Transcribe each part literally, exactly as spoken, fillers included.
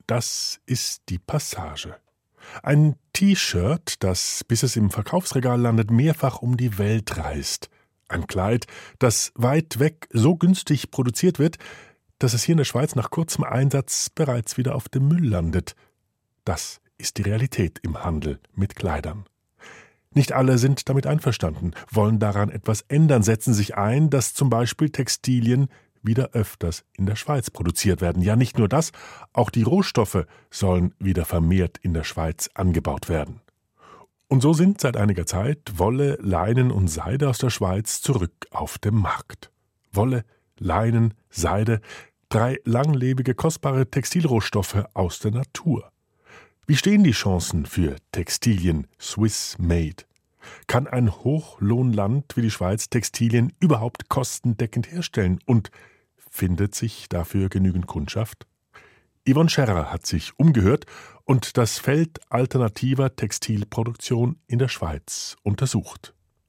das ist die Passage. Ein T-Shirt, das, bis es im Verkaufsregal landet, mehrfach um die Welt reist. Ein Kleid, das weit weg so günstig produziert wird, dass es hier in der Schweiz nach kurzem Einsatz bereits wieder auf dem Müll landet. Das ist die Realität im Handel mit Kleidern. Nicht alle sind damit einverstanden, wollen daran etwas ändern, setzen sich ein, dass zum Beispiel Textilien wieder öfters in der Schweiz produziert werden. Ja, nicht nur das, auch die Rohstoffe sollen wieder vermehrt in der Schweiz angebaut werden. Und so sind seit einiger Zeit Wolle, Leinen und Seide aus der Schweiz zurück auf dem Markt. Wolle, Leinen, Seide, drei langlebige, kostbare Textilrohstoffe aus der Natur. Wie stehen die Chancen für Textilien Swiss Made? Kann ein Hochlohnland wie die Schweiz Textilien überhaupt kostendeckend herstellen? Und findet sich dafür genügend Kundschaft? Yvonne Scherrer hat sich umgehört und das Feld alternativer Textilproduktion in der Schweiz untersucht.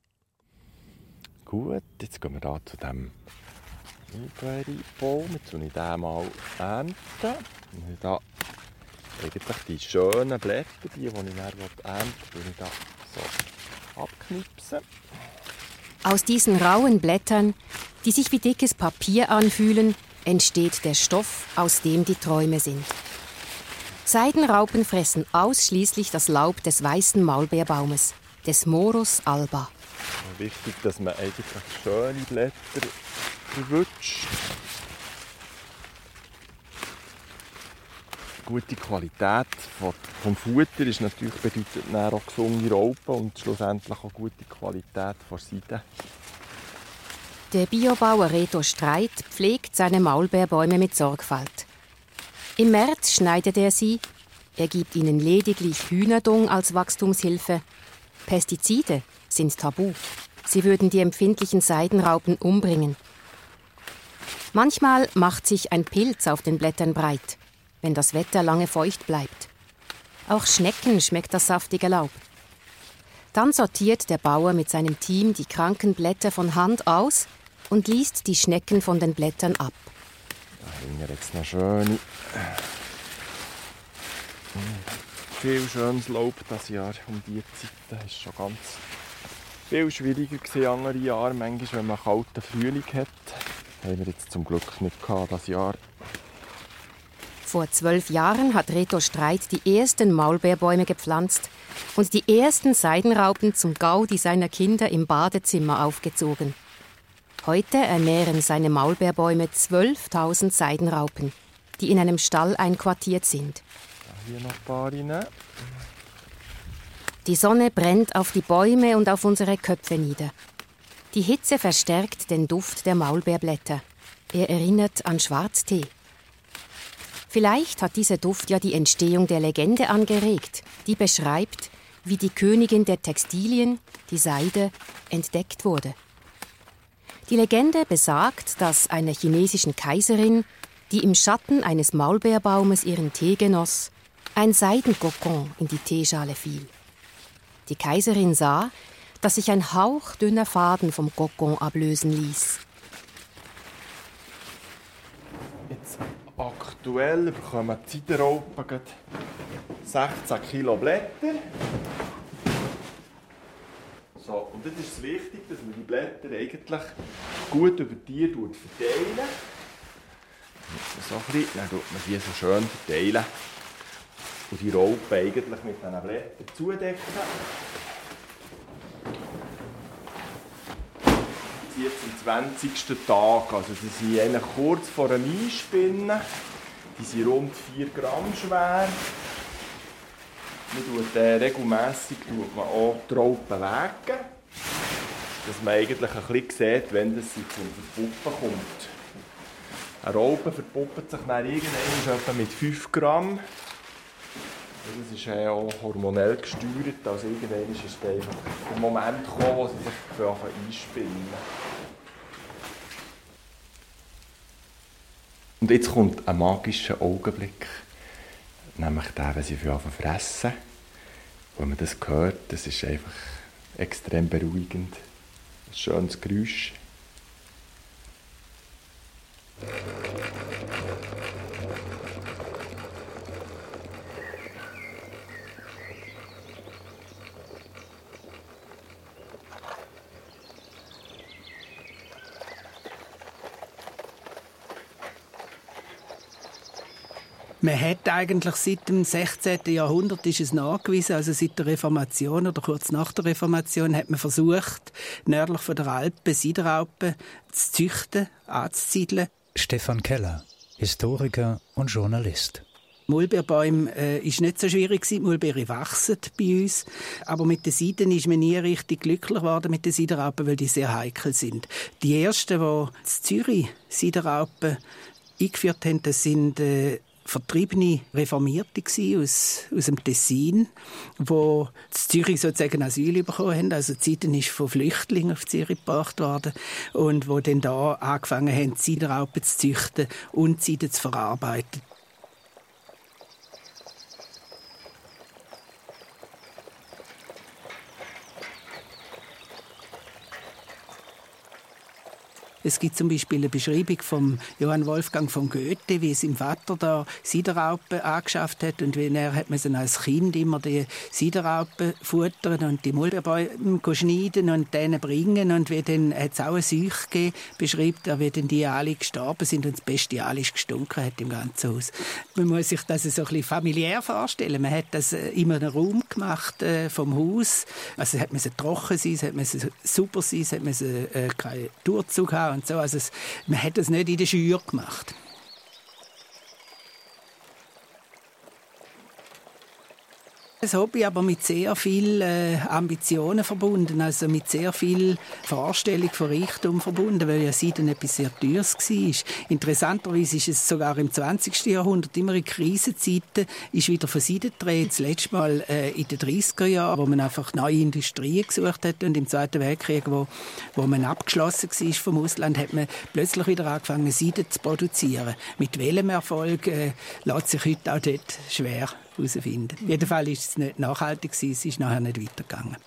Gut, jetzt gehen wir hier zu diesem Mulberry-Baum. Jetzt will ich den mal ernten. Und hier eigentlich die schönen Blätter, die, die ich dann ernten will, ich da so abknipsen. Aus diesen rauen Blättern, die sich wie dickes Papier anfühlen, entsteht der Stoff, aus dem die Träume sind. Seidenraupen fressen ausschließlich das Laub des weißen Maulbeerbaumes, des Morus alba. Wichtig, dass man eigentlich schöne Blätter erwischt. Gute Qualität vom Futter ist natürlich, bedeutet dann auch gesunde Raupen und schlussendlich auch gute Qualität von Seide. Der Biobauer Reto Streit pflegt seine Maulbeerbäume mit Sorgfalt. Im März schneidet er sie, er gibt ihnen lediglich Hühnerdung als Wachstumshilfe. Pestizide sind tabu. Sie würden die empfindlichen Seidenraupen umbringen. Manchmal macht sich ein Pilz auf den Blättern breit, wenn das Wetter lange feucht bleibt. Auch Schnecken schmeckt das saftige Laub. Dann sortiert der Bauer mit seinem Team die kranken Blätter von Hand aus und liest die Schnecken von den Blättern ab. Da haben wir jetzt noch schöne, viel schönes Laub dieses Jahr um diese Zeit. Das war schon ganz viel schwieriger als andere Jahre. Manchmal, wenn man einen kalten Frühling hat, haben wir jetzt zum Glück nicht gehabt, dieses Jahr. Vor zwölf Jahren hat Reto Streit die ersten Maulbeerbäume gepflanzt und die ersten Seidenraupen zum Gaudi seiner Kinder im Badezimmer aufgezogen. Heute ernähren seine Maulbeerbäume zwölftausend Seidenraupen, die in einem Stall einquartiert sind. Hier noch ein paar rein. Die Sonne brennt auf die Bäume und auf unsere Köpfe nieder. Die Hitze verstärkt den Duft der Maulbeerblätter. Er erinnert an Schwarztee. Vielleicht hat dieser Duft ja die Entstehung der Legende angeregt, die beschreibt, wie die Königin der Textilien, die Seide, entdeckt wurde. Die Legende besagt, dass einer chinesischen Kaiserin, die im Schatten eines Maulbeerbaumes ihren Tee genoss, ein Seidenkokon in die Teeschale fiel. Die Kaiserin sah, dass sich ein hauchdünner Faden vom Kokon ablösen ließ. Jetzt aktuell bekommen die Seidenraupen sechzehn Kilo Blätter. So, und jetzt ist es wichtig, dass man die Blätter eigentlich gut über die Tiere verteilen. So ein bisschen, dann tut man die so schön verteilen. Und die Raupen eigentlich mit diesen Blättern zudecken. Jetzt am zwanzigsten Tag, also die sind eigentlich kurz vor dem Einspinnen. Die sind rund vier Gramm schwer. Man tut, äh, regelmässig tut man auch die Raupen wägen, dass man eigentlich ein bisschen sieht, wenn das sie zum Verpuppen kommt. Eine Raupe verpuppt sich dann irgendwann etwa mit fünf Gramm. Das ist ja auch hormonell gesteuert, also irgendwann ist es einfach der Moment gekommen, wo sie sich einspinnen. Und jetzt kommt ein magischer Augenblick, nämlich der, wenn sie anfangen zu fressen. Wenn man das hört, das ist einfach extrem beruhigend. Ein schönes Geräusch. Man hat eigentlich seit dem sechzehnten Jahrhundert ist es nachgewiesen, also seit der Reformation oder kurz nach der Reformation hat man versucht, nördlich von der Alpen Siderraupen zu züchten, anzusiedeln. Stefan Keller, Historiker und Journalist. Maulbeerbäume äh, ist nicht so schwierig gewesen. Maulbeere wachsen bei uns. Aber mit den Seiden ist man nie richtig glücklich geworden mit den Siderraupen, weil die sehr heikel sind. Die ersten, die in Zürich Siderraupen eingeführt haben, das sind äh, vertriebene Reformierte aus, aus dem Tessin, die in Zürich sozusagen Asyl bekommen haben. Also die Seiten ist von Flüchtlingen auf Zürich gebracht worden und die dann da angefangen haben, Siderraupen zu züchten und Seiden zu verarbeiten. Es gibt zum Beispiel eine Beschreibung von Johann Wolfgang von Goethe, wie sein Vater da Siderraupen angeschafft hat und wie er hat man als Kind immer die Siderraupen futtern und die Maulbeerbäume schneiden und denen bringen und wie dann hat es auch eine Seuche gegeben, beschreibt er, wie dann die alle gestorben sind und es bestialisch gestunken hat im ganzen Haus. Man muss sich das so ein bisschen familiär vorstellen. Man hat das in einem Raum gemacht äh, vom Haus. Also es hat müssen trocken sein, es hat müssen super sein, es hat müssen äh, keinen Durchzug haben. Und so. Also es, man hat das nicht in der Schür gemacht. Das Hobby aber mit sehr viel äh, Ambitionen verbunden, also mit sehr viel Vorstellung von Reichtum verbunden, weil ja Seiden etwas sehr Teures war. Interessanterweise ist es sogar im zwanzigsten Jahrhundert, immer in Krisenzeiten, ist wieder von Seiden gedreht. Das letzte Mal äh, in den dreißiger Jahren, wo man einfach neue Industrien gesucht hat und im Zweiten Weltkrieg, wo, wo man abgeschlossen war vom Ausland, hat man plötzlich wieder angefangen, Seiden zu produzieren. Mit welchem Erfolg äh, lässt sich heute auch dort schwer herausfinden. Auf jeden Fall war es nicht nachhaltig, es ist nachher nicht weitergegangen.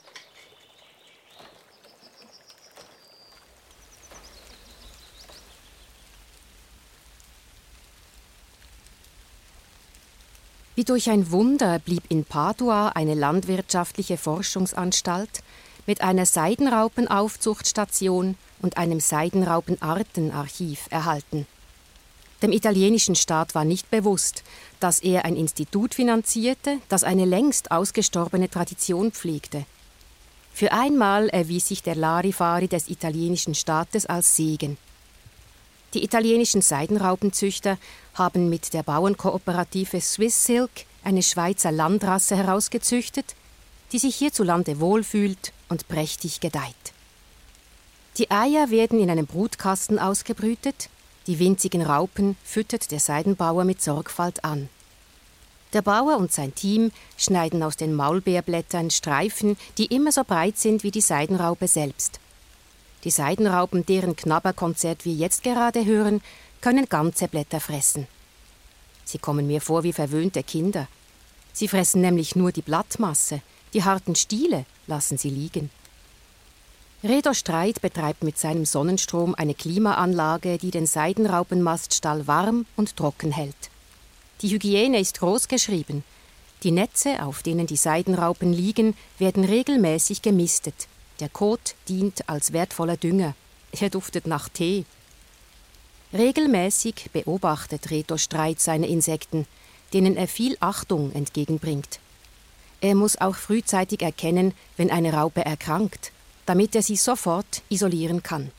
Wie durch ein Wunder blieb in Padua eine landwirtschaftliche Forschungsanstalt mit einer Seidenraupenaufzuchtstation und einem Seidenraupenartenarchiv erhalten. Dem italienischen Staat war nicht bewusst, dass er ein Institut finanzierte, das eine längst ausgestorbene Tradition pflegte. Für einmal erwies sich der Larifari des italienischen Staates als Segen. Die italienischen Seidenraupenzüchter haben mit der Bauernkooperative Swiss Silk eine Schweizer Landrasse herausgezüchtet, die sich hierzulande wohlfühlt und prächtig gedeiht. Die Eier werden in einem Brutkasten ausgebrütet. Die winzigen Raupen füttert der Seidenbauer mit Sorgfalt an. Der Bauer und sein Team schneiden aus den Maulbeerblättern Streifen, die immer so breit sind wie die Seidenraupe selbst. Die Seidenraupen, deren Knabberkonzert wir jetzt gerade hören, können ganze Blätter fressen. Sie kommen mir vor wie verwöhnte Kinder. Sie fressen nämlich nur die Blattmasse, die harten Stiele lassen sie liegen. Redo Streit betreibt mit seinem Sonnenstrom eine Klimaanlage, die den Seidenraupenmaststall warm und trocken hält. Die Hygiene ist groß geschrieben. Die Netze, auf denen die Seidenraupen liegen, werden regelmäßig gemistet. Der Kot dient als wertvoller Dünger. Er duftet nach Tee. Regelmäßig beobachtet Redo Streit seine Insekten, denen er viel Achtung entgegenbringt. Er muss auch frühzeitig erkennen, wenn eine Raupe erkrankt, damit er sie sofort isolieren kann.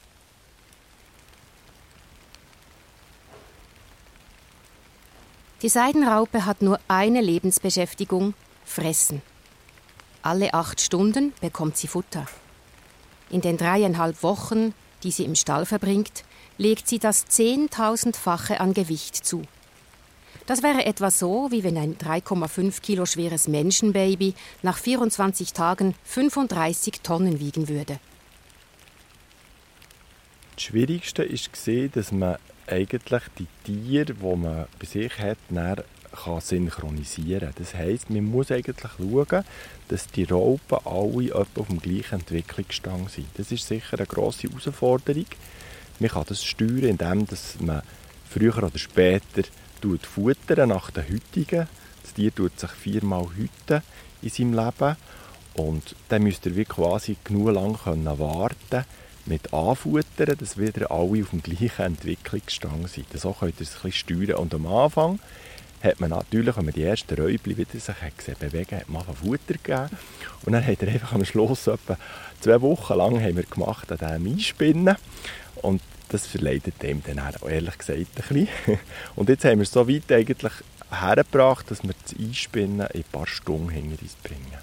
Die Seidenraupe hat nur eine Lebensbeschäftigung: Fressen. Alle acht Stunden bekommt sie Futter. In den dreieinhalb Wochen, die sie im Stall verbringt, legt sie das zehntausendfache an Gewicht zu. Das wäre etwa so, wie wenn ein drei Komma fünf Kilo schweres Menschenbaby nach vierundzwanzig Tagen fünfunddreißig Tonnen wiegen würde. Das Schwierigste war, dass man eigentlich die Tiere, die man bei sich hat, kann synchronisieren kann. Das heisst, man muss eigentlich schauen, dass die Raupen alle etwa auf dem gleichen Entwicklungsstand sind. Das ist sicher eine grosse Herausforderung. Man kann das steuern, indem man früher oder später futtern nach den Hütungen. Das Tier tut sich viermal hüten in seinem Leben. Und dann müsst ihr wie quasi genug lang warten mit Anfuttern, dass wieder alle auf dem gleichen Entwicklungsstand sind. So könnt ihr es ein bisschen steuern. Und am Anfang hat man natürlich, wenn man die ersten Räubchen wieder sich hat gesehen, bewegen, hat man Futter gegeben. Und dann hat er einfach am Schluss etwa zwei Wochen lang haben wir gemacht an diesem Einspinnen. Und das verleidet ihm dann auch, ehrlich gesagt, ein bisschen. Und jetzt haben wir es so weit eigentlich hergebracht, dass wir das Einspinnen in ein paar Stunden hinter uns bringen.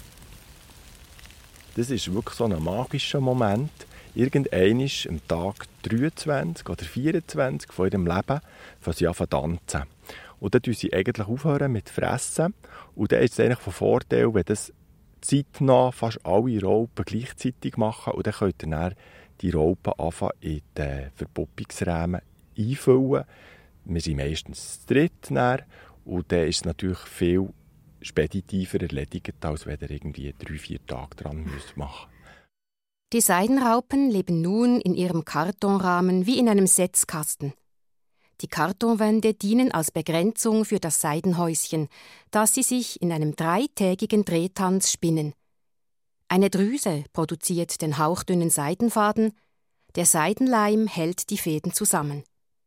Das ist wirklich so ein magischer Moment. Irgendwann ist am Tag dreiundzwanzig oder vierundzwanzig von ihrem Leben fangen sie an zu tanzen. Und dann hören sie eigentlich aufhören mit Fressen. Und dann ist es eigentlich von Vorteil, wenn das zeitnah fast alle Raupen gleichzeitig machen. Und dann könnt ihr dann die Raupen anfangen in die Verpuppungsräume einfüllen. Wir sind meistens zu dritt. Dann. Und dann ist es natürlich viel speditiver erledigt, als wenn ihr irgendwie drei, vier Tage dran machen müsst. Die Seidenraupen leben nun in ihrem Kartonrahmen wie in einem Setzkasten. Die Kartonwände dienen als Begrenzung für das Seidenhäuschen, das sie sich in einem dreitägigen Drehtanz spinnen. Eine Drüse produziert den hauchdünnen Seidenfaden, der Seidenleim hält die Fäden zusammen.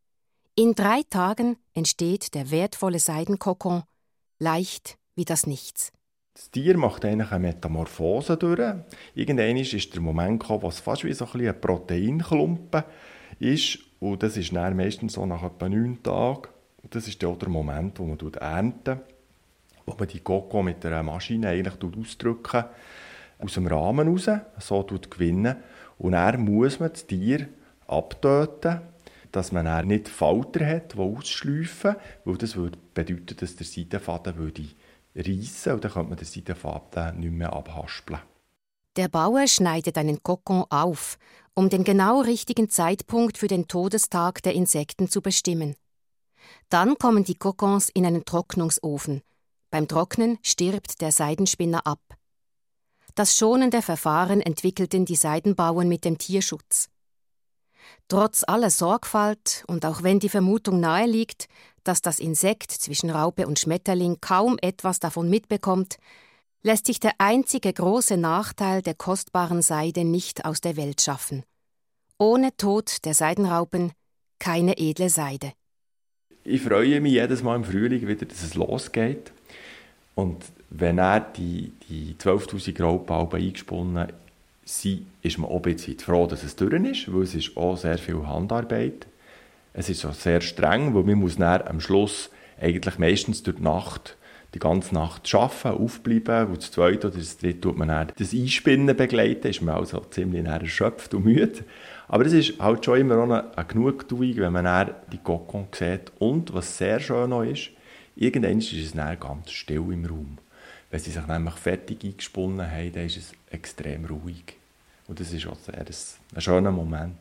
In drei Tagen entsteht der wertvolle Seidenkokon, leicht wie das Nichts. Das Tier macht eigentlich eine Metamorphose durch. Irgendwann ist der Moment gekommen, wo es fast wie so ein, ein Proteinklumpen ist. Und das ist dann meistens so nach etwa neun Tagen. Und das ist dann auch der Moment, wo man erntet, wo man die Kokon mit einer Maschine eigentlich ausdrücken, aus dem Rahmen raus, so gewinnen. Und dann muss man das Tier abtöten, dass man dann nicht Falter hat, die ausschleifen, weil das würde bedeuten, dass der Seidenfaden würde reissen und dann könnte man den Seidenfaden nicht mehr abhaspeln. Der Bauer schneidet einen Kokon auf, um den genau richtigen Zeitpunkt für den Todestag der Insekten zu bestimmen. Dann kommen die Kokons in einen Trocknungsofen. Beim Trocknen stirbt der Seidenspinner ab. Das schonende Verfahren entwickelten die Seidenbauern mit dem Tierschutz. Trotz aller Sorgfalt und auch wenn die Vermutung naheliegt, dass das Insekt zwischen Raupe und Schmetterling kaum etwas davon mitbekommt, lässt sich der einzige große Nachteil der kostbaren Seide nicht aus der Welt schaffen. Ohne Tod der Seidenraupen keine edle Seide. Ich freue mich jedes Mal im Frühling wieder, dass es losgeht. Und wenn er die, die zwölftausend Raupen eingesponnen sind, ist man auch ein bisschen froh, dass es durch ist, weil es ist auch sehr viel Handarbeit. Es ist auch sehr streng, weil man muss dann am Schluss eigentlich meistens durch die Nacht, die ganze Nacht arbeiten, aufbleiben. Und das Zweite oder das Dritte tut man dann das Einspinnen begleiten, ist man also ziemlich erschöpft und müde. Aber es ist halt schon immer auch eine, eine Genugtuung, wenn man dann die Kokon sieht. Und was sehr schön noch ist, irgendwann ist es dann ganz still im Raum. Wenn sie sich nämlich fertig eingesponnen haben, dann ist es extrem ruhig. Und das ist auch sehr ein, ein schöner Moment.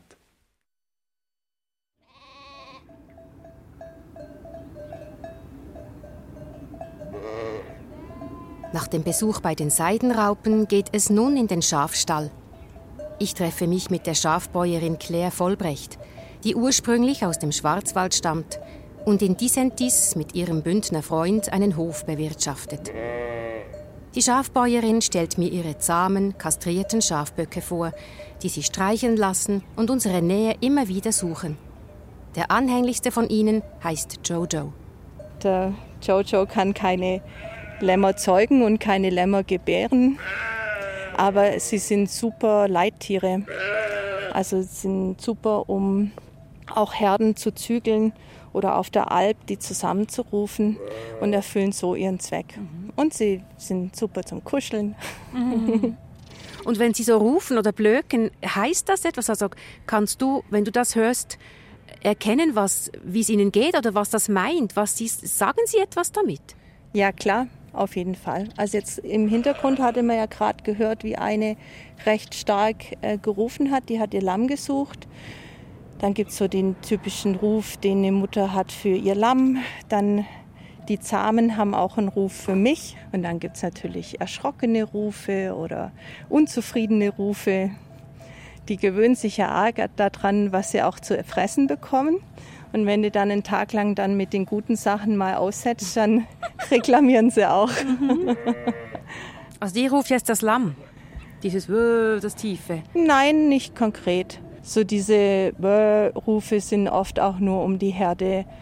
Nach dem Besuch bei den Seidenraupen geht es nun in den Schafstall. Ich treffe mich mit der Schafbäuerin Claire Vollbrecht, die ursprünglich aus dem Schwarzwald stammt und in Disentis mit ihrem Bündner Freund einen Hof bewirtschaftet. Die Schafbäuerin stellt mir ihre zahmen, kastrierten Schafböcke vor, die sie streicheln lassen und unsere Nähe immer wieder suchen. Der anhänglichste von ihnen heißt Jojo. Der Jojo kann keine Lämmer zeugen und keine Lämmer gebären, aber sie sind super Leittiere. Also sie sind super, um auch Herden zu zügeln oder auf der Alp die zusammenzurufen und erfüllen so ihren Zweck. Und sie sind super zum Kuscheln. Mhm. Und wenn sie so rufen oder blöken, heißt das etwas? Also kannst du, wenn du das hörst, erkennen, was, wie es ihnen geht oder was das meint? Was sie, sagen sie etwas damit? Ja, klar, auf jeden Fall. Also jetzt im Hintergrund hatte man ja gerade gehört, wie eine recht stark äh, gerufen hat. Die hat ihr Lamm gesucht. Dann gibt es so den typischen Ruf, den eine Mutter hat für ihr Lamm. Dann die Zahmen haben auch einen Ruf für mich. Und dann gibt es natürlich erschrockene Rufe oder unzufriedene Rufe. Die gewöhnen sich ja arg daran, was sie auch zu fressen bekommen. Und wenn du dann einen Tag lang dann mit den guten Sachen mal aussetzt, dann reklamieren sie auch. Also die ruft jetzt das Lamm? Dieses Wöh, das Tiefe? Nein, nicht konkret. So diese Wöh-Rufe sind oft auch nur, um die Herde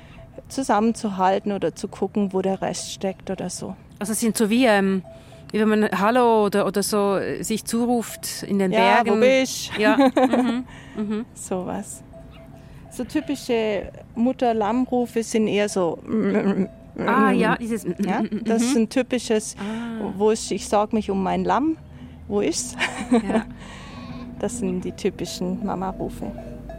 zusammenzuhalten oder zu gucken, wo der Rest steckt oder so. Also es sind so wie, ähm, wie wenn man Hallo oder, oder so sich zuruft in den ja, Bergen. Wo bist du? Ja, mhm. Mhm. Sowas. So typische Mutter-Lamm-Rufe sind eher so. Ah ja, dieses. Ja, das ist ein typisches, ah. wo ich, ich sorge mich um mein Lamm. Wo ist's? Ja. Das sind die typischen Mama-Rufe.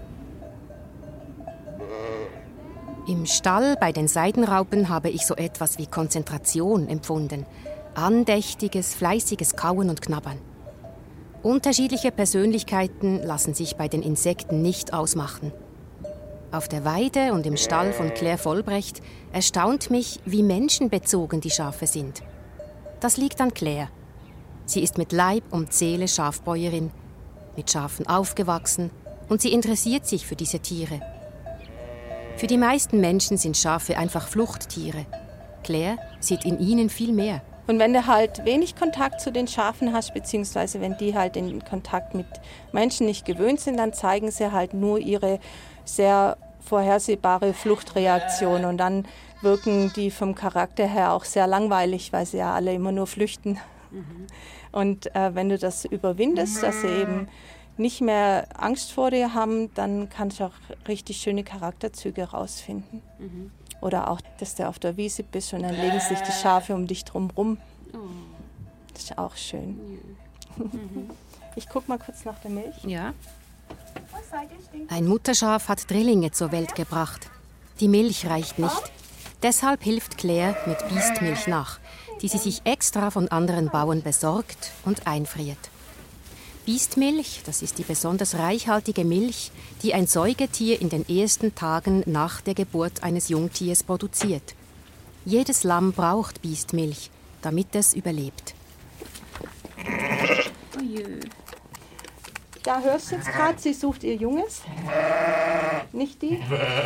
Im Stall bei den Seidenraupen habe ich so etwas wie Konzentration empfunden. Andächtiges, fleißiges Kauen und Knabbern. Unterschiedliche Persönlichkeiten lassen sich bei den Insekten nicht ausmachen. Auf der Weide und im Stall von Claire Vollbrecht erstaunt mich, wie menschenbezogen die Schafe sind. Das liegt an Claire. Sie ist mit Leib und Seele Schafbäuerin, mit Schafen aufgewachsen und sie interessiert sich für diese Tiere. Für die meisten Menschen sind Schafe einfach Fluchttiere. Claire sieht in ihnen viel mehr. Und wenn du halt wenig Kontakt zu den Schafen hast, beziehungsweise wenn die halt den Kontakt mit Menschen nicht gewöhnt sind, dann zeigen sie halt nur ihre sehr vorhersehbare Fluchtreaktion. Und dann wirken die vom Charakter her auch sehr langweilig, weil sie ja alle immer nur flüchten. Mhm. Und äh, wenn du das überwindest, dass sie eben nicht mehr Angst vor dir haben, dann kannst du auch richtig schöne Charakterzüge rausfinden. Mhm. Oder auch, dass du auf der Wiese bist und dann legen sich die Schafe um dich drum rum. Oh. Das ist auch schön. Mhm. Ich guck mal kurz nach der Milch. Ja. Ein Mutterschaf hat Drillinge zur Welt gebracht. Die Milch reicht nicht. Deshalb hilft Claire mit Biestmilch nach, die sie sich extra von anderen Bauern besorgt und einfriert. Biestmilch, das ist die besonders reichhaltige Milch, die ein Säugetier in den ersten Tagen nach der Geburt eines Jungtiers produziert. Jedes Lamm braucht Biestmilch, damit es überlebt. Oh je. Da hörst du jetzt gerade, sie sucht ihr Junges. Nicht die?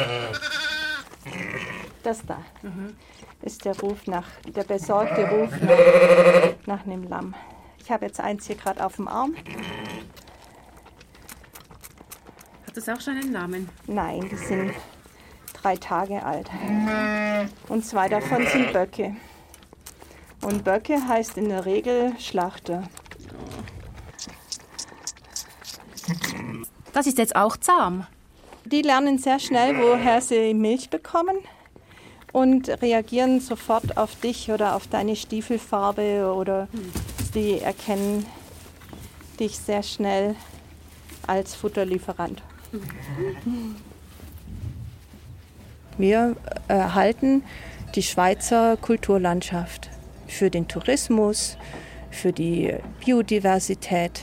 Das da mhm. ist der Ruf nach, der besorgte Ruf nach, nach einem Lamm. Ich habe jetzt eins hier gerade auf dem Arm. Hat das auch schon einen Namen? Nein, die sind drei Tage alt. Und zwei davon sind Böcke. Und Böcke heißt in der Regel Schlachter. Das ist jetzt auch zahm. Die lernen sehr schnell, woher sie Milch bekommen und reagieren sofort auf dich oder auf deine Stiefelfarbe oder die erkennen dich sehr schnell als Futterlieferant. Wir erhalten die Schweizer Kulturlandschaft für den Tourismus, für die Biodiversität,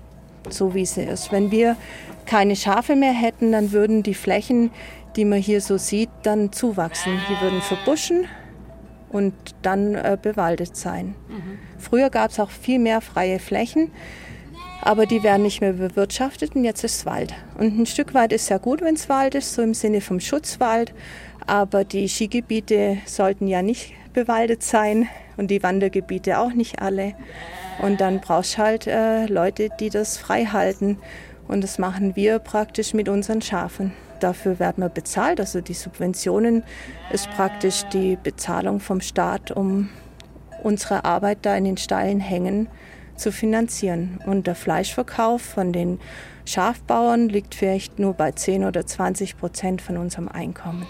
so wie sie ist. Wenn wir keine Schafe mehr hätten, dann würden die Flächen, die man hier so sieht, dann zuwachsen. Die würden verbuschen und dann äh, bewaldet sein. Mhm. Früher gab es auch viel mehr freie Flächen, aber die werden nicht mehr bewirtschaftet und jetzt ist es Wald. Und ein Stück weit ist ja gut, wenn es Wald ist, so im Sinne vom Schutzwald, aber die Skigebiete sollten ja nicht bewaldet sein und die Wandergebiete auch nicht alle. Und dann brauchst du halt äh, Leute, die das frei halten. Und das machen wir praktisch mit unseren Schafen. Dafür werden wir bezahlt. Also die Subventionen ist praktisch die Bezahlung vom Staat, um unsere Arbeit da in den steilen Hängen zu finanzieren. Und der Fleischverkauf von den Schafbauern liegt vielleicht nur bei zehn oder zwanzig Prozent von unserem Einkommen.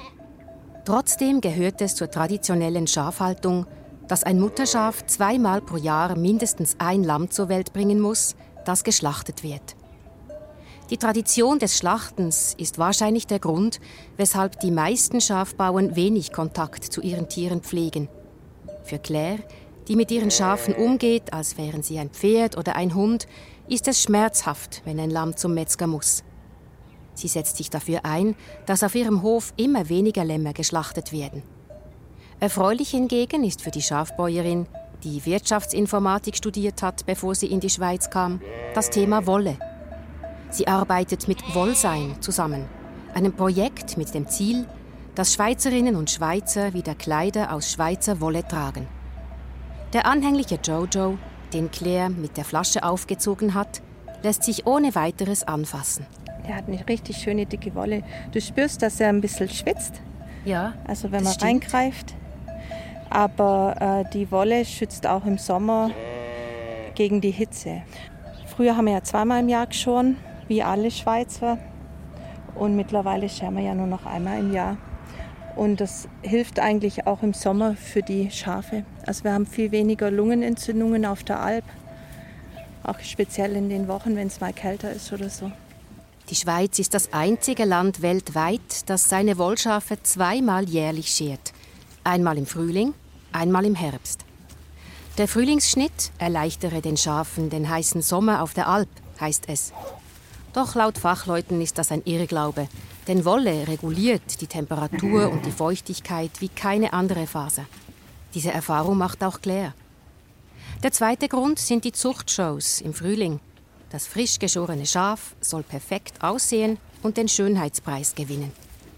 Trotzdem gehört es zur traditionellen Schafhaltung, dass ein Mutterschaf zweimal pro Jahr mindestens ein Lamm zur Welt bringen muss, das geschlachtet wird. Die Tradition des Schlachtens ist wahrscheinlich der Grund, weshalb die meisten Schafbauern wenig Kontakt zu ihren Tieren pflegen. Für Claire, die mit ihren Schafen umgeht, als wären sie ein Pferd oder ein Hund, ist es schmerzhaft, wenn ein Lamm zum Metzger muss. Sie setzt sich dafür ein, dass auf ihrem Hof immer weniger Lämmer geschlachtet werden. Erfreulich hingegen ist für die Schafbäuerin, die Wirtschaftsinformatik studiert hat, bevor sie in die Schweiz kam, das Thema Wolle. Sie arbeitet mit Wollsein zusammen, einem Projekt mit dem Ziel, dass Schweizerinnen und Schweizer wieder Kleider aus Schweizer Wolle tragen. Der anhängliche Jojo, den Claire mit der Flasche aufgezogen hat, lässt sich ohne weiteres anfassen. Er hat eine richtig schöne dicke Wolle. Du spürst, dass er ein bisschen schwitzt. Ja. Also wenn das man stimmt. reingreift. Aber äh, die Wolle schützt auch im Sommer gegen die Hitze. Früher haben wir ja zweimal im Jahr geschoren, wie alle Schweizer. Und mittlerweile scheren wir ja nur noch einmal im Jahr. Und das hilft eigentlich auch im Sommer für die Schafe. Also wir haben viel weniger Lungenentzündungen auf der Alp. Auch speziell in den Wochen, wenn es mal kälter ist oder so. Die Schweiz ist das einzige Land weltweit, das seine Wollschafe zweimal jährlich schert. Einmal im Frühling, einmal im Herbst. Der Frühlingsschnitt erleichtere den Schafen den heißen Sommer auf der Alp, heißt es. Doch laut Fachleuten ist das ein Irrglaube. Denn Wolle reguliert die Temperatur und die Feuchtigkeit wie keine andere Faser. Diese Erfahrung macht auch Claire. Der zweite Grund sind die Zuchtshows im Frühling. Das frisch geschorene Schaf soll perfekt aussehen und den Schönheitspreis gewinnen.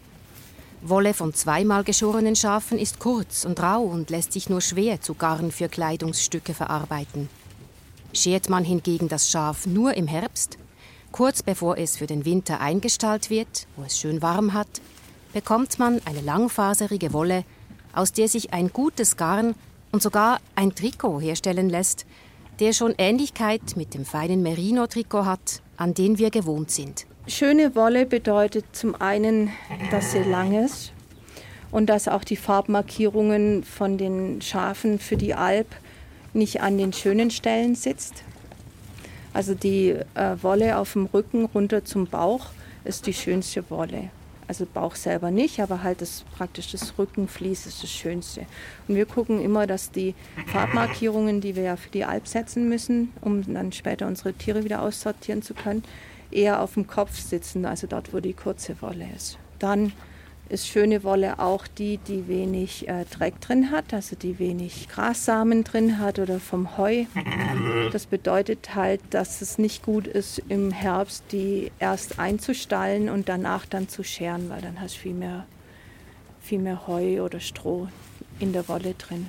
Wolle von zweimal geschorenen Schafen ist kurz und rau und lässt sich nur schwer zu Garn für Kleidungsstücke verarbeiten. Schert man hingegen das Schaf nur im Herbst, kurz bevor es für den Winter eingestallt wird, wo es schön warm hat, bekommt man eine langfaserige Wolle, aus der sich ein gutes Garn und sogar ein Trikot herstellen lässt, der schon Ähnlichkeit mit dem feinen Merino-Trikot hat, an den wir gewohnt sind. Schöne Wolle bedeutet zum einen, dass sie lang ist und dass auch die Farbmarkierungen von den Schafen für die Alp nicht an den schönen Stellen sitzt. Also die äh, Wolle auf dem Rücken runter zum Bauch ist die schönste Wolle. Also Bauch selber nicht, aber halt das, praktisch das Rückenvlies ist das Schönste. Und wir gucken immer, dass die Farbmarkierungen, die wir ja für die Alp setzen müssen, um dann später unsere Tiere wieder aussortieren zu können, eher auf dem Kopf sitzen, also dort, wo die kurze Wolle ist. Dann ist schöne Wolle auch die, die wenig äh, Dreck drin hat, also die wenig Grassamen drin hat oder vom Heu. Das bedeutet halt, dass es nicht gut ist, im Herbst die erst einzustallen und danach dann zu scheren, weil dann hast du viel mehr, viel mehr Heu oder Stroh in der Wolle drin.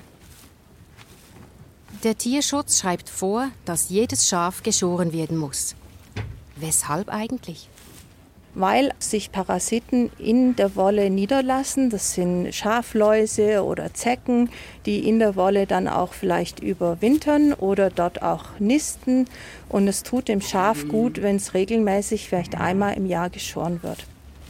Der Tierschutz schreibt vor, dass jedes Schaf geschoren werden muss. Weshalb eigentlich? Weil sich Parasiten in der Wolle niederlassen. Das sind Schafläuse oder Zecken, die in der Wolle dann auch vielleicht überwintern oder dort auch nisten. Und es tut dem Schaf gut, wenn es regelmäßig vielleicht einmal im Jahr geschoren wird.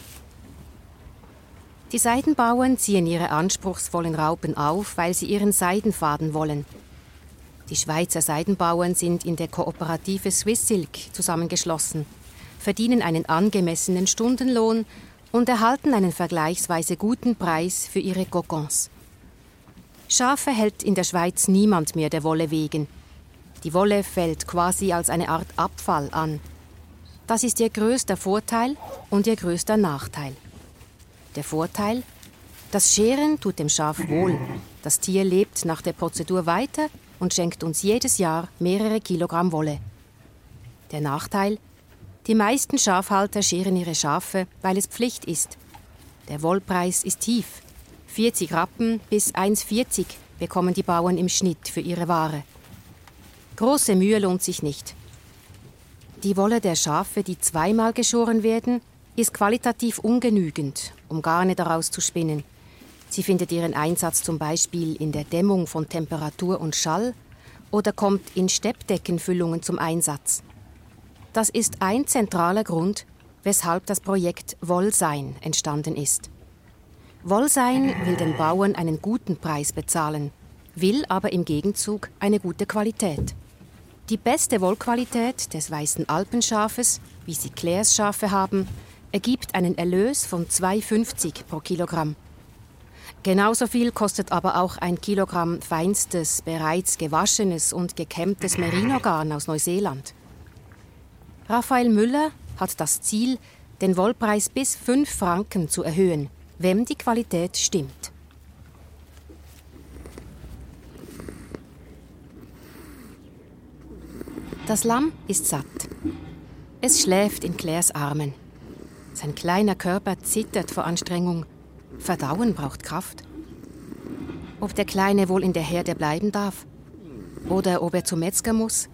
Die Seidenbauern ziehen ihre anspruchsvollen Raupen auf, weil sie ihren Seidenfaden wollen. Die Schweizer Seidenbauern sind in der Kooperative Swiss Silk zusammengeschlossen, verdienen einen angemessenen Stundenlohn und erhalten einen vergleichsweise guten Preis für ihre Kokons. Schafe hält in der Schweiz niemand mehr der Wolle wegen. Die Wolle fällt quasi als eine Art Abfall an. Das ist ihr größter Vorteil und ihr größter Nachteil. Der Vorteil? Das Scheren tut dem Schaf wohl. Das Tier lebt nach der Prozedur weiter und schenkt uns jedes Jahr mehrere Kilogramm Wolle. Der Nachteil? Die meisten Schafhalter scheren ihre Schafe, weil es Pflicht ist. Der Wollpreis ist tief. vierzig Rappen bis eins Komma vierzig bekommen die Bauern im Schnitt für ihre Ware. Große Mühe lohnt sich nicht. Die Wolle der Schafe, die zweimal geschoren werden, ist qualitativ ungenügend, um Garne daraus zu spinnen. Sie findet ihren Einsatz zum Beispiel in der Dämmung von Temperatur und Schall oder kommt in Steppdeckenfüllungen zum Einsatz. Das ist ein zentraler Grund, weshalb das Projekt Wollsein entstanden ist. Wollsein will den Bauern einen guten Preis bezahlen, will aber im Gegenzug eine gute Qualität. Die beste Wollqualität des weißen Alpenschafes, wie sie Claires Schafe haben, ergibt einen Erlös von zwei Franken fünfzig pro Kilogramm. Genauso viel kostet aber auch ein Kilogramm feinstes, bereits gewaschenes und gekämmtes Merino-Garn aus Neuseeland. Raphael Müller hat das Ziel, den Wollpreis bis fünf Franken zu erhöhen, wenn die Qualität stimmt. Das Lamm ist satt. Es schläft in Claires Armen. Sein kleiner Körper zittert vor Anstrengung. Verdauen braucht Kraft. Ob der Kleine wohl in der Herde bleiben darf? Oder ob er zum Metzger muss?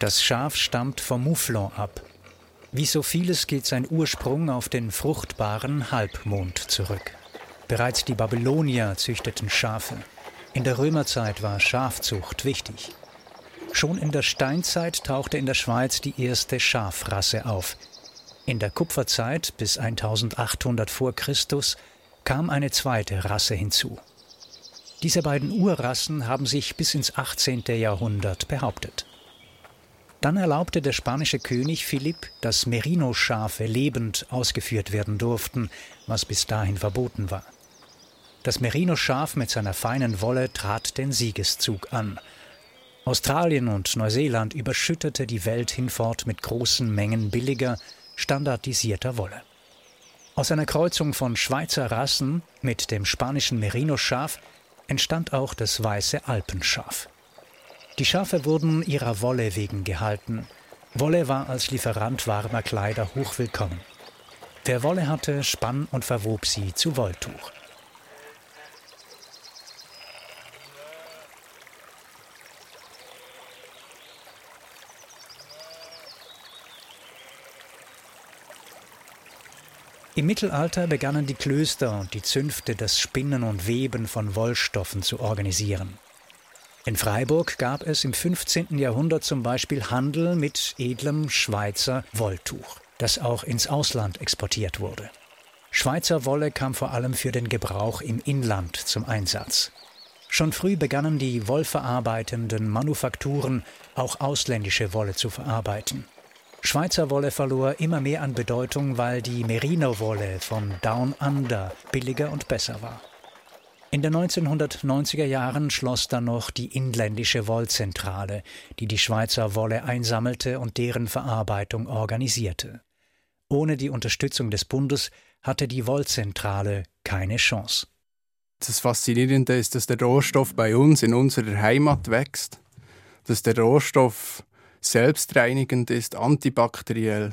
Das Schaf stammt vom Mouflon ab. Wie so vieles geht sein Ursprung auf den fruchtbaren Halbmond zurück. Bereits die Babylonier züchteten Schafe. In der Römerzeit war Schafzucht wichtig. Schon in der Steinzeit tauchte in der Schweiz die erste Schafrasse auf. In der Kupferzeit bis eintausendachthundert vor Christus kam eine zweite Rasse hinzu. Diese beiden Urrassen haben sich bis ins achtzehnten Jahrhundert behauptet. Dann erlaubte der spanische König Philipp, dass Merino-Schafe lebend ausgeführt werden durften, was bis dahin verboten war. Das Merino-Schaf mit seiner feinen Wolle trat den Siegeszug an. Australien und Neuseeland überschüttete die Welt hinfort mit großen Mengen billiger, standardisierter Wolle. Aus einer Kreuzung von Schweizer Rassen mit dem spanischen Merino-Schaf entstand auch das weiße Alpenschaf. Die Schafe wurden ihrer Wolle wegen gehalten. Wolle war als Lieferant warmer Kleider hochwillkommen. Wer Wolle hatte, spann und verwob sie zu Wolltuch. Im Mittelalter begannen die Klöster und die Zünfte das Spinnen und Weben von Wollstoffen zu organisieren. In Freiburg gab es im fünfzehnten Jahrhundert zum Beispiel Handel mit edlem Schweizer Wolltuch, das auch ins Ausland exportiert wurde. Schweizer Wolle kam vor allem für den Gebrauch im Inland zum Einsatz. Schon früh begannen die wollverarbeitenden Manufakturen, auch ausländische Wolle zu verarbeiten. Schweizer Wolle verlor immer mehr an Bedeutung, weil die Merino-Wolle von Down Under billiger und besser war. In den neunzehnhundertneunziger Jahren schloss dann noch die inländische Wollzentrale, die die Schweizer Wolle einsammelte und deren Verarbeitung organisierte. Ohne die Unterstützung des Bundes hatte die Wollzentrale keine Chance. Das Faszinierende ist, dass der Rohstoff bei uns in unserer Heimat wächst, dass der Rohstoff selbstreinigend ist, antibakteriell,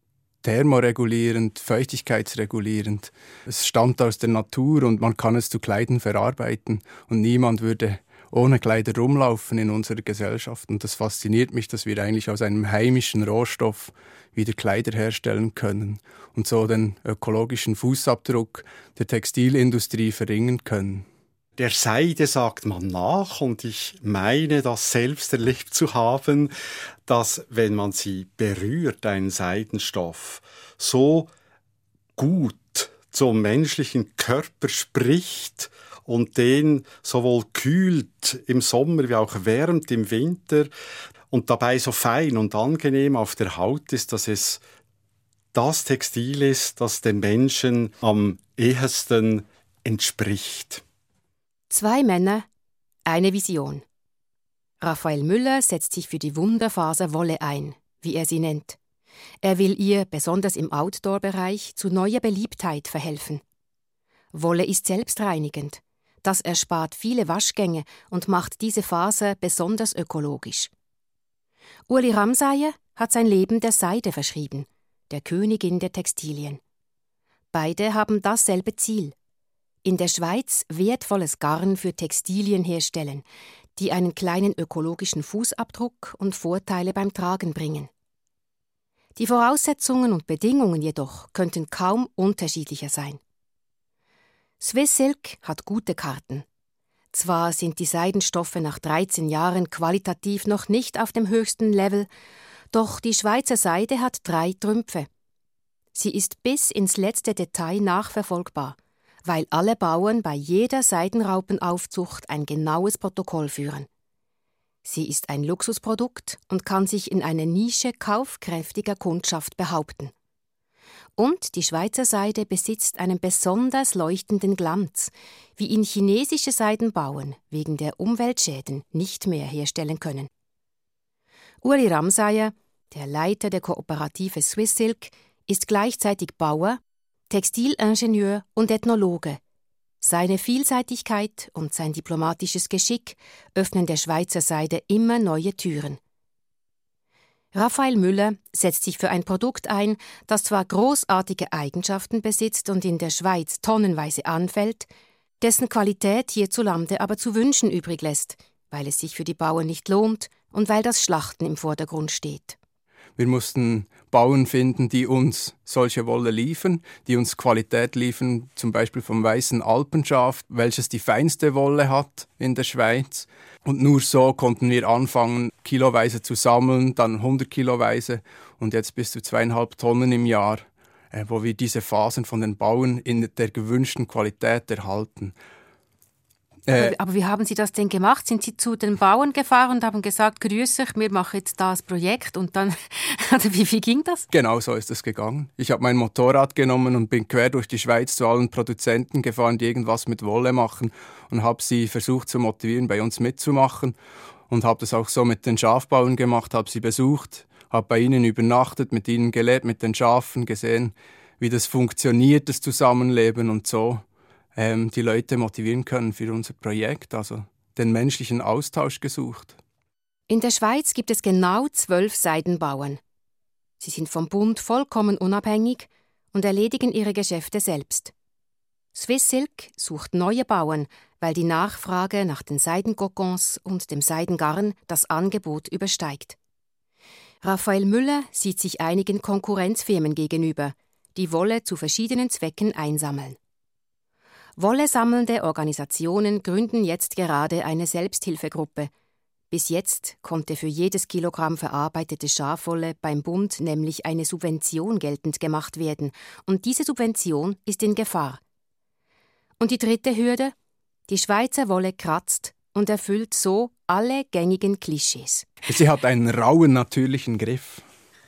thermoregulierend, feuchtigkeitsregulierend. Es stammt aus der Natur und man kann es zu Kleidern verarbeiten. Und niemand würde ohne Kleider rumlaufen in unserer Gesellschaft. Und das fasziniert mich, dass wir eigentlich aus einem heimischen Rohstoff wieder Kleider herstellen können und so den ökologischen Fußabdruck der Textilindustrie verringern können. Der Seide sagt man nach und ich meine, das selbst erlebt zu haben, dass, wenn man sie berührt, einen Seidenstoff, so gut zum menschlichen Körper spricht und den sowohl kühlt im Sommer wie auch wärmt im Winter und dabei so fein und angenehm auf der Haut ist, dass es das Textil ist, das dem Menschen am ehesten entspricht. Zwei Männer, eine Vision. Raphael Müller setzt sich für die Wunderfaser Wolle ein, wie er sie nennt. Er will ihr, besonders im Outdoor-Bereich, zu neuer Beliebtheit verhelfen. Wolle ist selbstreinigend. Das erspart viele Waschgänge und macht diese Faser besonders ökologisch. Ueli Ramsayer hat sein Leben der Seide verschrieben, der Königin der Textilien. Beide haben dasselbe Ziel. In der Schweiz wertvolles Garn für Textilien herstellen, die einen kleinen ökologischen Fußabdruck und Vorteile beim Tragen bringen. Die Voraussetzungen und Bedingungen jedoch könnten kaum unterschiedlicher sein. Swiss Silk hat gute Karten. Zwar sind die Seidenstoffe nach dreizehn Jahren qualitativ noch nicht auf dem höchsten Level, doch die Schweizer Seide hat drei Trümpfe. Sie ist bis ins letzte Detail nachverfolgbar, weil alle Bauern bei jeder Seidenraupenaufzucht ein genaues Protokoll führen. Sie ist ein Luxusprodukt und kann sich in einer Nische kaufkräftiger Kundschaft behaupten. Und die Schweizer Seide besitzt einen besonders leuchtenden Glanz, wie ihn chinesische Seidenbauern wegen der Umweltschäden nicht mehr herstellen können. Ueli Ramsayer, der Leiter der Kooperative Swiss Silk, ist gleichzeitig Bauer, Textilingenieur und Ethnologe. Seine Vielseitigkeit und sein diplomatisches Geschick öffnen der Schweizer Seide immer neue Türen. Raphael Müller setzt sich für ein Produkt ein, das zwar großartige Eigenschaften besitzt und in der Schweiz tonnenweise anfällt, dessen Qualität hierzulande aber zu wünschen übrig lässt, weil es sich für die Bauern nicht lohnt, und weil das Schlachten im Vordergrund steht. Wir mussten Bauern finden, die uns solche Wolle liefern, die uns Qualität liefern, zum Beispiel vom weißen Alpenschaf, welches die feinste Wolle hat in der Schweiz. Und nur so konnten wir anfangen, kiloweise zu sammeln, dann hundert kiloweise und jetzt bis zu zweieinhalb Tonnen im Jahr, wo wir diese Phasen von den Bauern in der gewünschten Qualität erhalten. Aber, aber wie haben Sie das denn gemacht? Sind Sie zu den Bauern gefahren und haben gesagt, grüß euch, wir machen jetzt das Projekt und dann, also wie, wie ging das? Genau so ist es gegangen. Ich habe mein Motorrad genommen und bin quer durch die Schweiz zu allen Produzenten gefahren, die irgendwas mit Wolle machen und habe sie versucht zu motivieren, bei uns mitzumachen und habe das auch so mit den Schafbauern gemacht, habe sie besucht, habe bei ihnen übernachtet, mit ihnen gelebt, mit den Schafen, gesehen, wie das funktioniert, das Zusammenleben und so. die Leute motivieren können für unser Projekt, also den menschlichen Austausch gesucht. In der Schweiz gibt es genau zwölf Seidenbauern. Sie sind vom Bund vollkommen unabhängig und erledigen ihre Geschäfte selbst. Swiss Silk sucht neue Bauern, weil die Nachfrage nach den Seidenkokons und dem Seidengarn das Angebot übersteigt. Raphael Müller sieht sich einigen Konkurrenzfirmen gegenüber, die Wolle zu verschiedenen Zwecken einsammeln. Wollesammelnde Organisationen gründen jetzt gerade eine Selbsthilfegruppe. Bis jetzt konnte für jedes Kilogramm verarbeitete Schafwolle beim Bund nämlich eine Subvention geltend gemacht werden, und diese Subvention ist in Gefahr. Und die dritte Hürde? Die Schweizer Wolle kratzt und erfüllt so alle gängigen Klischees. Sie hat einen rauen, natürlichen Griff.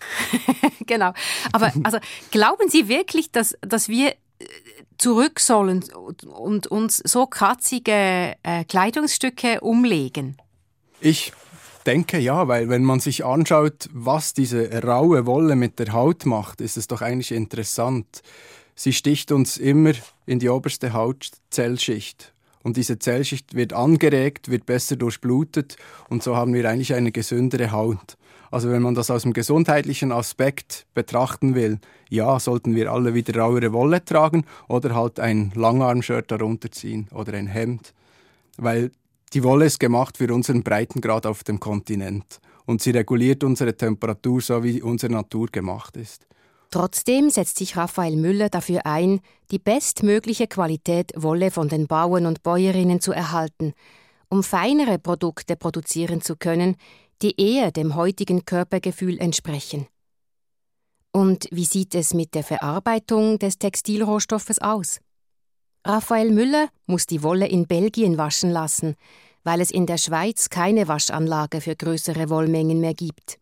Genau. Aber also, glauben Sie wirklich, dass, dass wir zurück sollen und uns so kratzige äh, Kleidungsstücke umlegen? Ich denke ja, weil wenn man sich anschaut, was diese raue Wolle mit der Haut macht, ist es doch eigentlich interessant. Sie sticht uns immer in die oberste Hautzellschicht. Und diese Zellschicht wird angeregt, wird besser durchblutet und so haben wir eigentlich eine gesündere Haut. Also wenn man das aus dem gesundheitlichen Aspekt betrachten will, ja, sollten wir alle wieder rauere Wolle tragen oder halt ein Langarm-Shirt darunter ziehen oder ein Hemd. Weil die Wolle ist gemacht für unseren Breitengrad auf dem Kontinent und sie reguliert unsere Temperatur, so wie unsere Natur gemacht ist. Trotzdem setzt sich Raphael Müller dafür ein, die bestmögliche Qualität Wolle von den Bauern und Bäuerinnen zu erhalten, um feinere Produkte produzieren zu können, die eher dem heutigen Körpergefühl entsprechen. Und wie sieht es mit der Verarbeitung des Textilrohstoffes aus? Raphael Müller muss die Wolle in Belgien waschen lassen, weil es in der Schweiz keine Waschanlage für größere Wollmengen mehr gibt.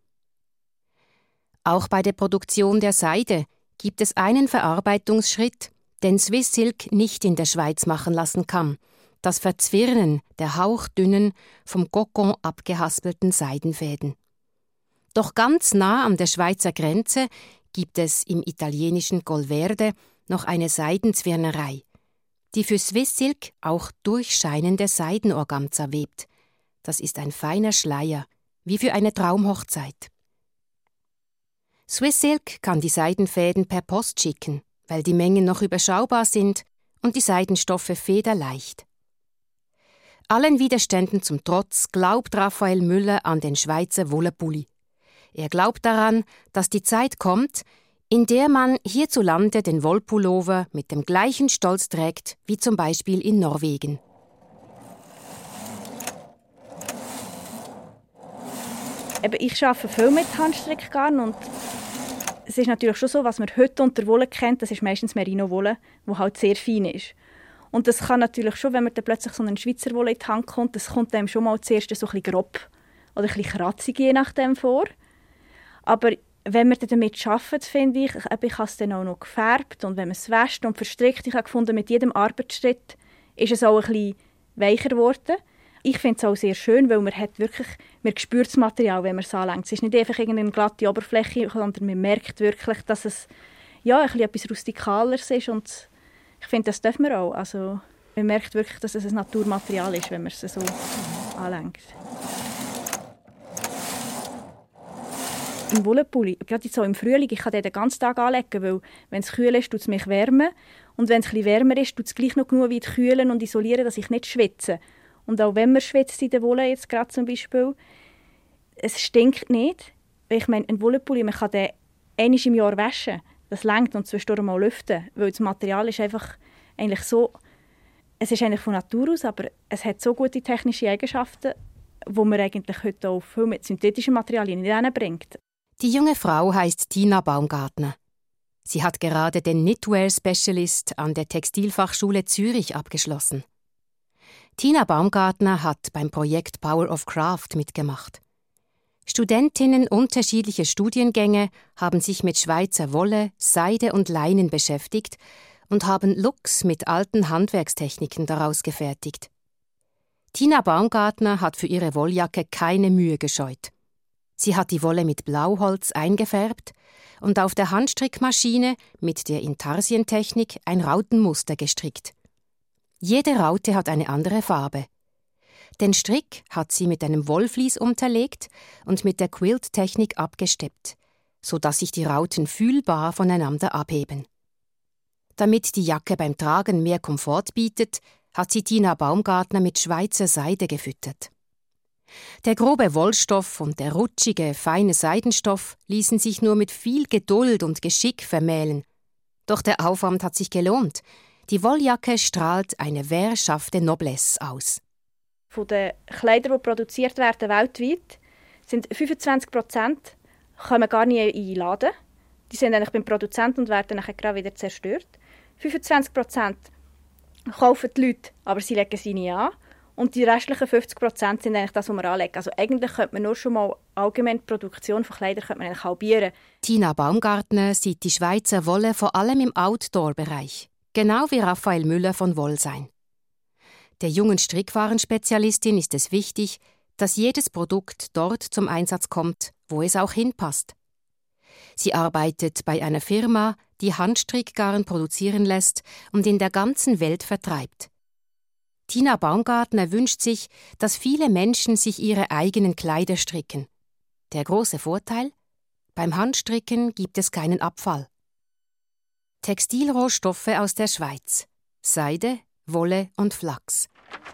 Auch bei der Produktion der Seide gibt es einen Verarbeitungsschritt, den Swiss Silk nicht in der Schweiz machen lassen kann: das Verzwirnen der hauchdünnen, vom Kokon abgehaspelten Seidenfäden. Doch ganz nah an der Schweizer Grenze gibt es im italienischen Colverde noch eine Seidenzwirnerei, die für Swiss Silk auch durchscheinende Seidenorganza webt. Das ist ein feiner Schleier, wie für eine Traumhochzeit. Swiss Silk kann die Seidenfäden per Post schicken, weil die Mengen noch überschaubar sind und die Seidenstoffe federleicht. Allen Widerständen zum Trotz glaubt Raphael Müller an den Schweizer Wollepulli. Er glaubt daran, dass die Zeit kommt, in der man hierzulande den Wollpullover mit dem gleichen Stolz trägt wie zum Beispiel in Norwegen. Eben, ich arbeite viel mit Handstrickgarn und es ist natürlich schon so, was man heute unter Wolle kennt, das ist meistens Merino-Wolle, die halt sehr fein ist. Und das kann natürlich schon, wenn man dann plötzlich so einen Schweizer Wolle in die Hand kommt, das kommt einem schon mal zuerst so ein bisschen grob oder ein bisschen kratzig je nachdem vor. Aber wenn man dann damit arbeitet, finde ich, ich habe es dann auch noch gefärbt und wenn man es wäscht und verstrickt, ich habe gefunden, mit jedem Arbeitsschritt ist es auch ein bisschen weicher geworden. Ich finde es auch sehr schön, weil man hat wirklich, man spürt das Material, wenn man es anlenkt. Es ist nicht einfach irgendeine glatte Oberfläche, sondern man merkt wirklich, dass es ja, ein bisschen etwas Rustikaleres ist und ich finde, das dürfen wir auch. Also, man merkt wirklich, dass es ein Naturmaterial ist, wenn man es so anlenkt. Im Wollepulli, gerade so im Frühling, ich kann den den ganzen Tag anlegen, weil wenn es kühl ist, tut es mich wärmen. Und wenn es etwas wärmer ist, tut es gleich noch genug weit kühlen und isolieren, dass ich nicht schwitze. Und auch wenn man schwitzt in der Wolle, jetzt gerade zum Beispiel, es stinkt nicht. Ich meine, ein Wollenpulli, man kann den einmal im Jahr waschen. Das reicht und zwischendurch mal lüften. Weil das Material ist einfach eigentlich so, es ist eigentlich von Natur aus, aber es hat so gute technische Eigenschaften, die man eigentlich heute auch viel mit synthetischen Materialien nicht hinbringt. Die junge Frau heißt Tina Baumgartner. Sie hat gerade den Knitwear Specialist an der Textilfachschule Zürich abgeschlossen. Tina Baumgartner hat beim Projekt Power of Craft mitgemacht. Studentinnen unterschiedlicher Studiengänge haben sich mit Schweizer Wolle, Seide und Leinen beschäftigt und haben Looks mit alten Handwerkstechniken daraus gefertigt. Tina Baumgartner hat für ihre Wolljacke keine Mühe gescheut. Sie hat die Wolle mit Blauholz eingefärbt und auf der Handstrickmaschine mit der Intarsientechnik ein Rautenmuster gestrickt. Jede Raute hat eine andere Farbe. Den Strick hat sie mit einem Wollvlies unterlegt und mit der Quilt-Technik abgesteppt, sodass sich die Rauten fühlbar voneinander abheben. Damit die Jacke beim Tragen mehr Komfort bietet, hat sie Tina Baumgartner mit Schweizer Seide gefüttert. Der grobe Wollstoff und der rutschige, feine Seidenstoff ließen sich nur mit viel Geduld und Geschick vermählen. Doch der Aufwand hat sich gelohnt. Die Wolljacke strahlt eine wehrschafte Noblesse aus. Von den Kleidern, die produziert werden weltweit, sind fünfundzwanzig Prozent kommen gar nicht in den Laden. Die sind eigentlich beim Produzenten und werden dann gerade wieder zerstört. fünfundzwanzig Prozent kaufen die Leute, aber sie legen sie nie an. Und die restlichen fünfzig Prozent sind eigentlich das, was wir anlegen. Also eigentlich könnte man nur schon mal allgemein die Produktion von Kleidern könnte man eigentlich halbieren. Tina Baumgartner sieht die Schweizer Wolle vor allem im Outdoor-Bereich, genau wie Raphael Müller von Wollsein. Der jungen Strickwarenspezialistin ist es wichtig, dass jedes Produkt dort zum Einsatz kommt, wo es auch hinpasst. Sie arbeitet bei einer Firma, die Handstrickgarn produzieren lässt und in der ganzen Welt vertreibt. Tina Baumgartner wünscht sich, dass viele Menschen sich ihre eigenen Kleider stricken. Der große Vorteil? Beim Handstricken gibt es keinen Abfall. Textilrohstoffe aus der Schweiz: Seide, Wolle und Flachs.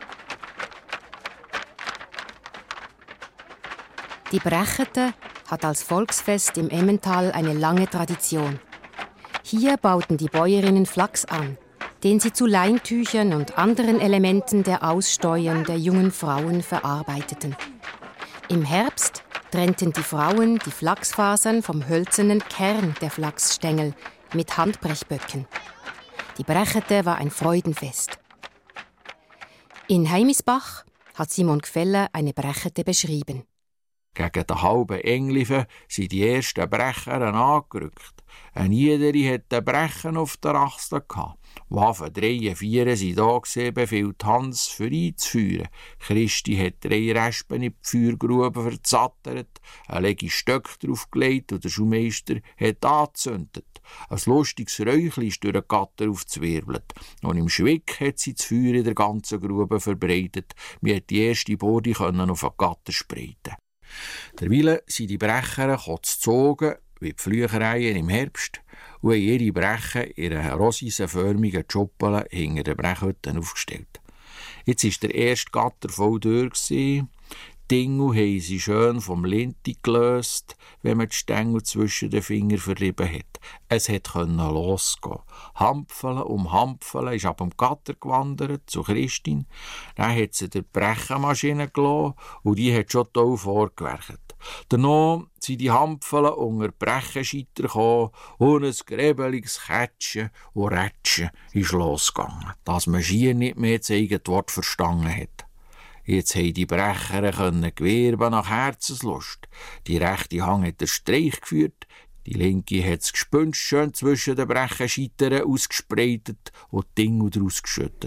Die Brechete hat als Volksfest im Emmental eine lange Tradition. Hier bauten die Bäuerinnen Flachs an, den sie zu Leintüchern und anderen Elementen der Aussteuern der jungen Frauen verarbeiteten. Im Herbst trennten die Frauen die Flachsfasern vom hölzernen Kern der Flachsstängel mit Handbrechböcken. Die Brechete war ein Freudenfest. In Heimisbach hat Simon Gfeller eine Brechete beschrieben. Gegen den halben Engliven sind die ersten Brecher angerückt. Ein jeder hatte den Brechen auf der Achse. Waffen drei und vier waren da gewesen, befiehlt Hans, für einzuführen. Christi hat drei Respen in die Feuergrube verzattert, ein lege Stöck draufgelegt und der Schulmeister hat angezündet. Ein lustiges Räuchchen ist durch den Gatter aufzwirbelt. Und im Schwick hat sie das Feuer in der ganzen Grube verbreitet. Wir konnten die erste Borde auf den Gatter spreiten. Derweil sind die Brecher gezogen, wie die Flüchereien im Herbst, und haben ihre Brechen in einer rosisenförmigen Schuppel hinter den Brechhütten aufgestellt. Jetzt war der erste Gatter voll durch. Die Dinge haben sie schön vom Linti gelöst, wenn man die Stängel zwischen den Fingern verrieben hat. Es konnte losgehen. Hampfeln um Hampfeln ist ab dem Gatter gewandert zu Christine. Dann hat sie die Brechenmaschine gelassen und die hat schon toll vorgewerkt. Danach sind die Hampfeln unter die Brechenscheiter gekommen und ein gräbeliges Kätschen und Rätschen ist losgegangen, dass man schier nicht mehr das eigene Wort verstanden hat. Jetzt haben die Brecher gewirben nach Herzenslust. Die rechte Hand hat den Streich geführt, die linke hat das Gespünst schön zwischen den Brechenscheitern ausgespreitet und die Dinge daraus geschüttet.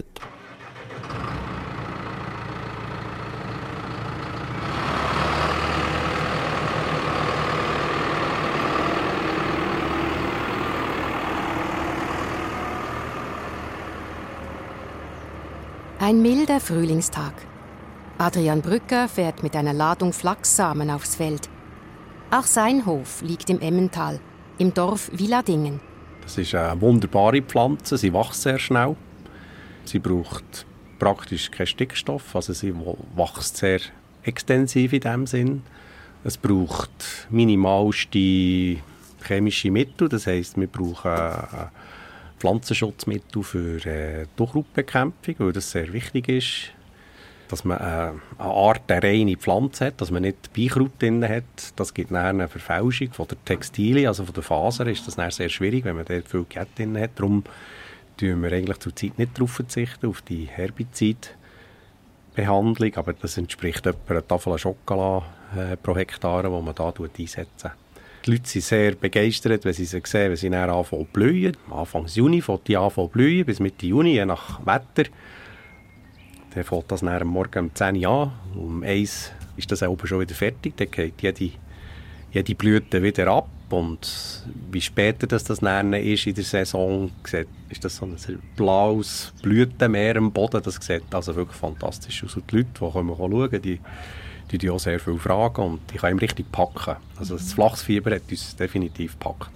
Ein milder Frühlingstag. Adrian Brücker fährt mit einer Ladung Flachssamen aufs Feld. Auch sein Hof liegt im Emmental, im Dorf Villadingen. Das ist eine wunderbare Pflanze, sie wächst sehr schnell. Sie braucht praktisch keinen Stickstoff, also sie wächst sehr extensiv in diesem Sinn. Es braucht minimalste chemische Mittel, das heisst, wir brauchen äh, Pflanzenschutzmittel für äh, Durchraubbekämpfung, weil das sehr wichtig ist, dass man äh, eine Art eine reine Pflanze hat, dass man nicht Beikraut drin hat. Das gibt dann eine Verfälschung von der Textilien, also von der Faser ist das dann sehr schwierig, wenn man dort viel Gett drin hat. Darum verzichten wir eigentlich zurzeit nicht darauf verzichten, auf die Herbizidbehandlung, aber das entspricht etwa einer Tafel Schokolade äh, pro Hektar, die man da einsetzen. Die Leute sind sehr begeistert, wenn sie sie sehen, wenn sie dann anfangen zu blühen. Anfang Juni fängt die anfangen zu blühen, bis Mitte Juni, je nach Wetter. Dann fängt das am Morgen um zehn Uhr an. Um eins ist das oben schon wieder fertig. Dann geht jede, jede Blüte wieder ab. Und wie später das, das dann ist in der Saison, ist das so ein blaues Blütenmeer am Boden. Das sieht also wirklich fantastisch aus. Und die Leute, die kommen schauen, die Die haben auch sehr viele Fragen und ich kann ihm richtig packen. Also das Flachsfieber hat uns definitiv gepackt.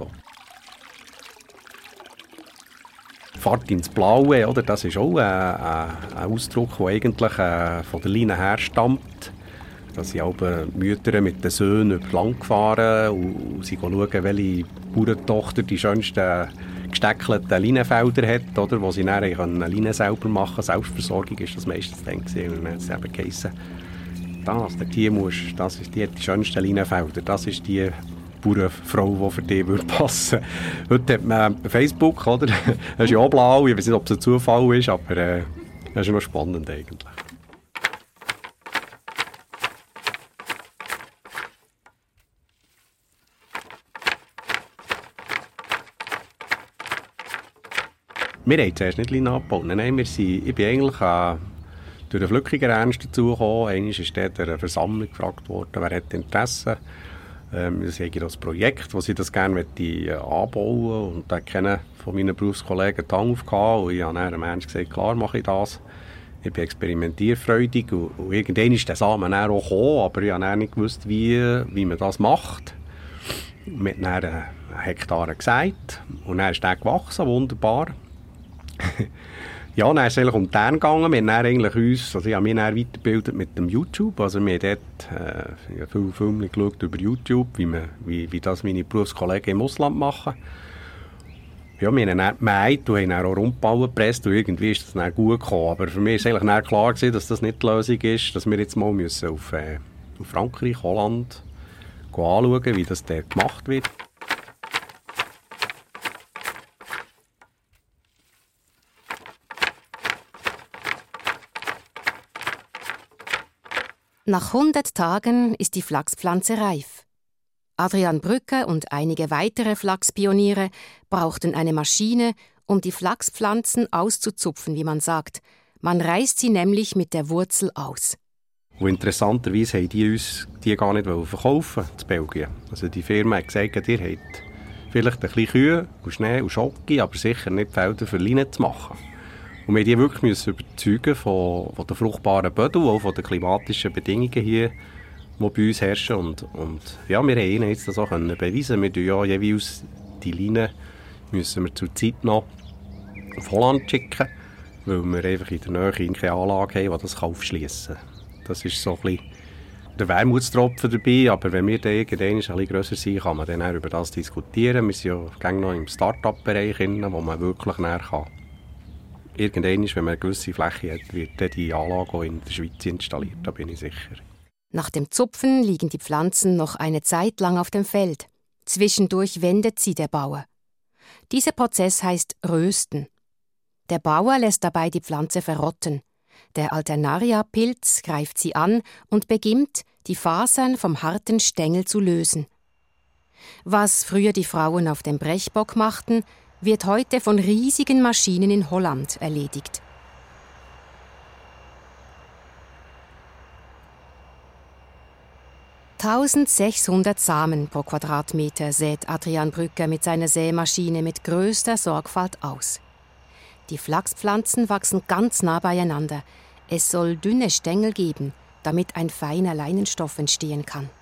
Fahrt ins Blaue, oder? Das ist auch ein, ein Ausdruck, der eigentlich von der Leine her stammt. Da sind auch Mütter mit den Söhnen über Land gefahren und sie schauen, welche Bauerntochter die schönsten gesteckelten Leinenfelder hat, oder? Wo sie dann Leinen selber machen können. Selbstversorgung ist das meistens dann gesehen. Und dann hat es eben geheißen, das, die, musst, das ist die, die schönsten Leinenfelder, das ist die Bauernfrau, die für dich passen würde. Heute hat man Facebook, oder? Das ist ja auch blau, ich weiß nicht, ob es ein Zufall ist, aber äh, das ist noch spannend eigentlich. Wir haben zuerst nicht Leinen abgebaut, nein, wir sind, ich bin eigentlich äh, durch den Flückiger Ernst dazugekommen. Einmal ist dort eine Versammlung gefragt worden, wer hat Interesse. Ähm, das ist das Projekt, das ich das gerne möchte, äh, anbauen. Und da hat keiner von meinen Berufskollegen die Hand aufgehauen. Und ich habe dann dem Ernst gesagt, klar mache ich das. Ich bin experimentierfreudig. Und, und irgendwann ist der Samen dann auch gekommen, aber ich habe dann nicht gewusst, wie, wie man das macht. Wir haben dann einen Hektar gesagt. Und dann ist der gewachsen, wunderbar. Ja, dann ist es eigentlich um die Erne gegangen. Wir haben eigentlich uns, also ich habe mich dann weitergebildet mit dem YouTube. Also wir haben dort äh, viele Filme geschaut über YouTube, wie, man, wie, wie das meine Berufskollegen im Ausland machen. Ja, wir haben dann gemeint und haben dann auch Rundballen gepresst und irgendwie ist das dann gut gekommen. Aber für mich war eigentlich klar gewesen, dass das nicht die Lösung ist, dass wir jetzt mal müssen auf, äh, auf Frankreich, Holland anschauen, wie das dort gemacht wird. Nach hundert Tagen ist die Flachspflanze reif. Adrian Brücker und einige weitere Flachspioniere brauchten eine Maschine, um die Flachspflanzen auszuzupfen, wie man sagt. Man reißt sie nämlich mit der Wurzel aus. Und interessanterweise haben die uns die gar nicht verkaufen in Belgien. Also die Firma hat gesagt, ihr habt vielleicht ein bisschen Kühe und Schnee und Schoki, aber sicher nicht Felder für Leinen zu machen. Und wir mussten die wirklich überzeugen von, von den fruchtbaren Böden, auch von den klimatischen Bedingungen hier, die bei uns herrschen. Und, und ja, wir haben ihnen jetzt das auch beweisen. Wir tun ja jeweils die Leinen müssen wir zur Zeit noch auf Holland schicken, weil wir einfach in der Nähe keine Anlage haben, die das aufschliessen kann. Das ist so ein bisschen der Wermutstropfen dabei, aber wenn wir dann irgendwann ein bisschen grösser sind, kann man dann auch über das diskutieren. Wir sind ja noch im Start-up-Bereich, wo man wirklich näher kann. Irgendwann, wenn man eine gewisse Fläche hat, wird dann die Anlage auch in der Schweiz installiert, da bin ich sicher. Nach dem Zupfen liegen die Pflanzen noch eine Zeit lang auf dem Feld. Zwischendurch wendet sie der Bauer. Dieser Prozess heißt Rösten. Der Bauer lässt dabei die Pflanze verrotten. Der Alternaria-Pilz greift sie an und beginnt, die Fasern vom harten Stängel zu lösen. Was früher die Frauen auf dem Brechbock machten, wird heute von riesigen Maschinen in Holland erledigt. eintausendsechshundert Samen pro Quadratmeter sät Adrian Brücker mit seiner Sämaschine mit größter Sorgfalt aus. Die Flachspflanzen wachsen ganz nah beieinander. Es soll dünne Stängel geben, damit ein feiner Leinenstoff entstehen kann.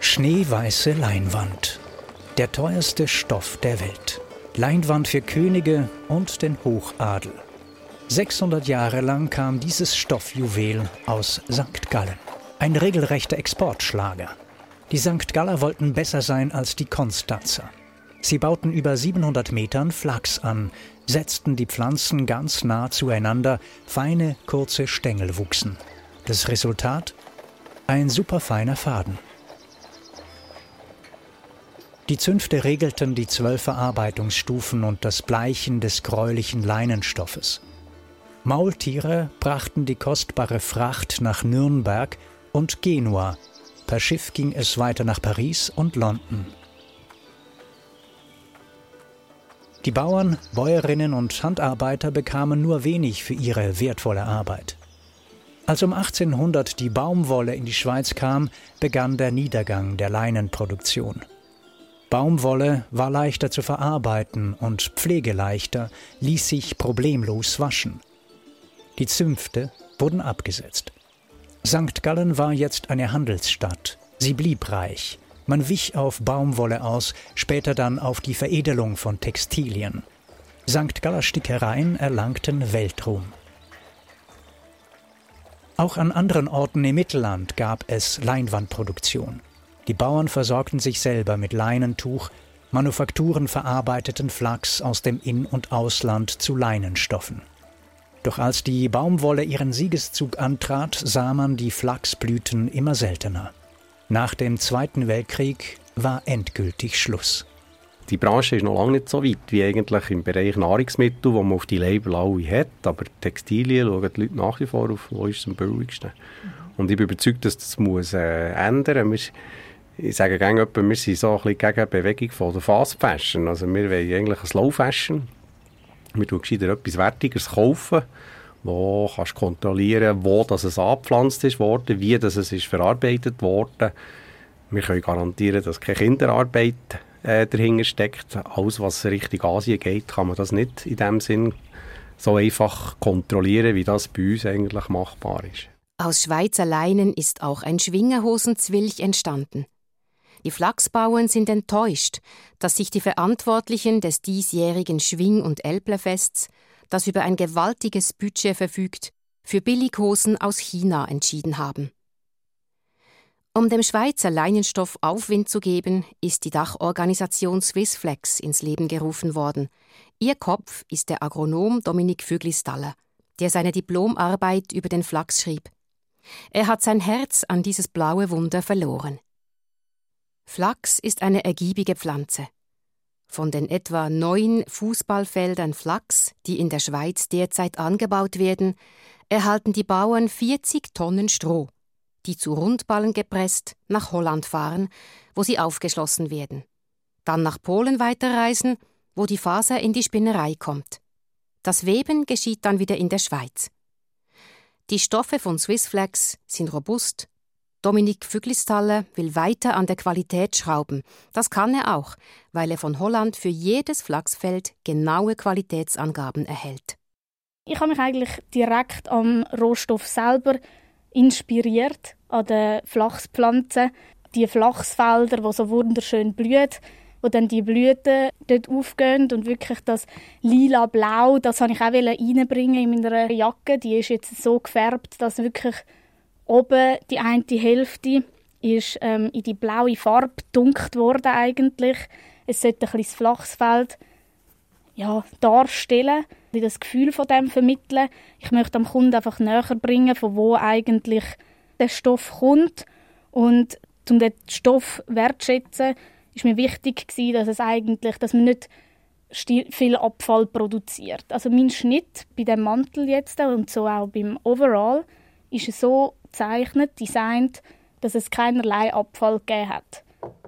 Schneeweiße Leinwand. Der teuerste Stoff der Welt. Leinwand für Könige und den Hochadel. sechshundert Jahre lang kam dieses Stoffjuwel aus Sankt Gallen. Ein regelrechter Exportschlager. Die Sankt Galler wollten besser sein als die Konstanzer. Sie bauten über siebenhundert Metern Flachs an, setzten die Pflanzen ganz nah zueinander, feine, kurze Stängel wuchsen. Das Resultat? Ein superfeiner Faden. Die Zünfte regelten die zwölf Verarbeitungsstufen und das Bleichen des gräulichen Leinenstoffes. Maultiere brachten die kostbare Fracht nach Nürnberg und Genua. Per Schiff ging es weiter nach Paris und London. Die Bauern, Bäuerinnen und Handarbeiter bekamen nur wenig für ihre wertvolle Arbeit. Als um achtzehnhundert die Baumwolle in die Schweiz kam, begann der Niedergang der Leinenproduktion. Baumwolle war leichter zu verarbeiten und pflegeleichter, ließ sich problemlos waschen. Die Zünfte wurden abgesetzt. Sankt Gallen war jetzt eine Handelsstadt. Sie blieb reich. Man wich auf Baumwolle aus, später dann auf die Veredelung von Textilien. Sankt Galler Stickereien erlangten Weltruhm. Auch an anderen Orten im Mittelland gab es Leinwandproduktion. Die Bauern versorgten sich selber mit Leinentuch, Manufakturen verarbeiteten Flachs aus dem In- und Ausland zu Leinenstoffen. Doch als die Baumwolle ihren Siegeszug antrat, sah man die Flachsblüten immer seltener. Nach dem Zweiten Weltkrieg war endgültig Schluss. Die Branche ist noch lange nicht so weit wie eigentlich im Bereich Nahrungsmittel, wo man auf die Label alle hat. Aber Textilien schauen die Leute nach wie vor auf, wo ist es am billigsten. Und ich bin überzeugt, dass das muss, äh, ändern muss. Ich sage gerne, wir sind so ein bisschen gegen die Bewegung von der Fast Fashion. Also wir wollen eigentlich ein Slow Fashion. Wir tun gescheiter etwas Wertigeres kaufen, wo kannst du kontrollieren, wo das es angepflanzt ist worden, wie das es ist verarbeitet worden. Wir können garantieren, dass keine Kinderarbeit äh, dahinter steckt. Alles, was Richtung Asien geht, kann man das nicht in dem Sinn so einfach kontrollieren, wie das bei uns eigentlich machbar ist. Aus Schweizer Leinen ist auch ein Schwingerhosenzwilch entstanden. Die Flachsbauern sind enttäuscht, dass sich die Verantwortlichen des diesjährigen Schwing- und Älplefests, das über ein gewaltiges Budget verfügt, für Billighosen aus China entschieden haben. Um dem Schweizer Leinenstoff Aufwind zu geben, ist die Dachorganisation Swissflex ins Leben gerufen worden. Ihr Kopf ist der Agronom Dominik Füglistaller, der seine Diplomarbeit über den Flachs schrieb. Er hat sein Herz an dieses blaue Wunder verloren. Flachs ist eine ergiebige Pflanze. Von den etwa neun Fußballfeldern Flachs, die in der Schweiz derzeit angebaut werden, erhalten die Bauern vierzig Tonnen Stroh, die zu Rundballen gepresst nach Holland fahren, wo sie aufgeschlossen werden. Dann nach Polen weiterreisen, wo die Faser in die Spinnerei kommt. Das Weben geschieht dann wieder in der Schweiz. Die Stoffe von Swissflex sind robust. Dominik Füglistaller will weiter an der Qualität schrauben. Das kann er auch, weil er von Holland für jedes Flachsfeld genaue Qualitätsangaben erhält. Ich habe mich eigentlich direkt am Rohstoff selber inspiriert, an den Flachspflanzen. Die Flachsfelder, die so wunderschön blühen, wo dann die Blüten dort aufgehen und wirklich das lila-blau, das wollte ich auch reinbringen in meiner Jacke. Die ist jetzt so gefärbt, dass wirklich oben die eine Hälfte ist ähm, in die blaue Farbe gedunkt worden eigentlich. Es sollte ein bisschen das Flachsfeld ja, darstellen, das Gefühl von dem vermitteln. Ich möchte dem Kunden einfach näher bringen, von wo eigentlich der Stoff kommt. Und um den Stoff wertschätzen, ist mir wichtig gewesen, dass es eigentlich, dass man nicht viel Abfall produziert. Also mein Schnitt bei dem Mantel jetzt und so auch beim Overall ist so gezeichnet, designt, dass es keinerlei Abfall gegeben hat.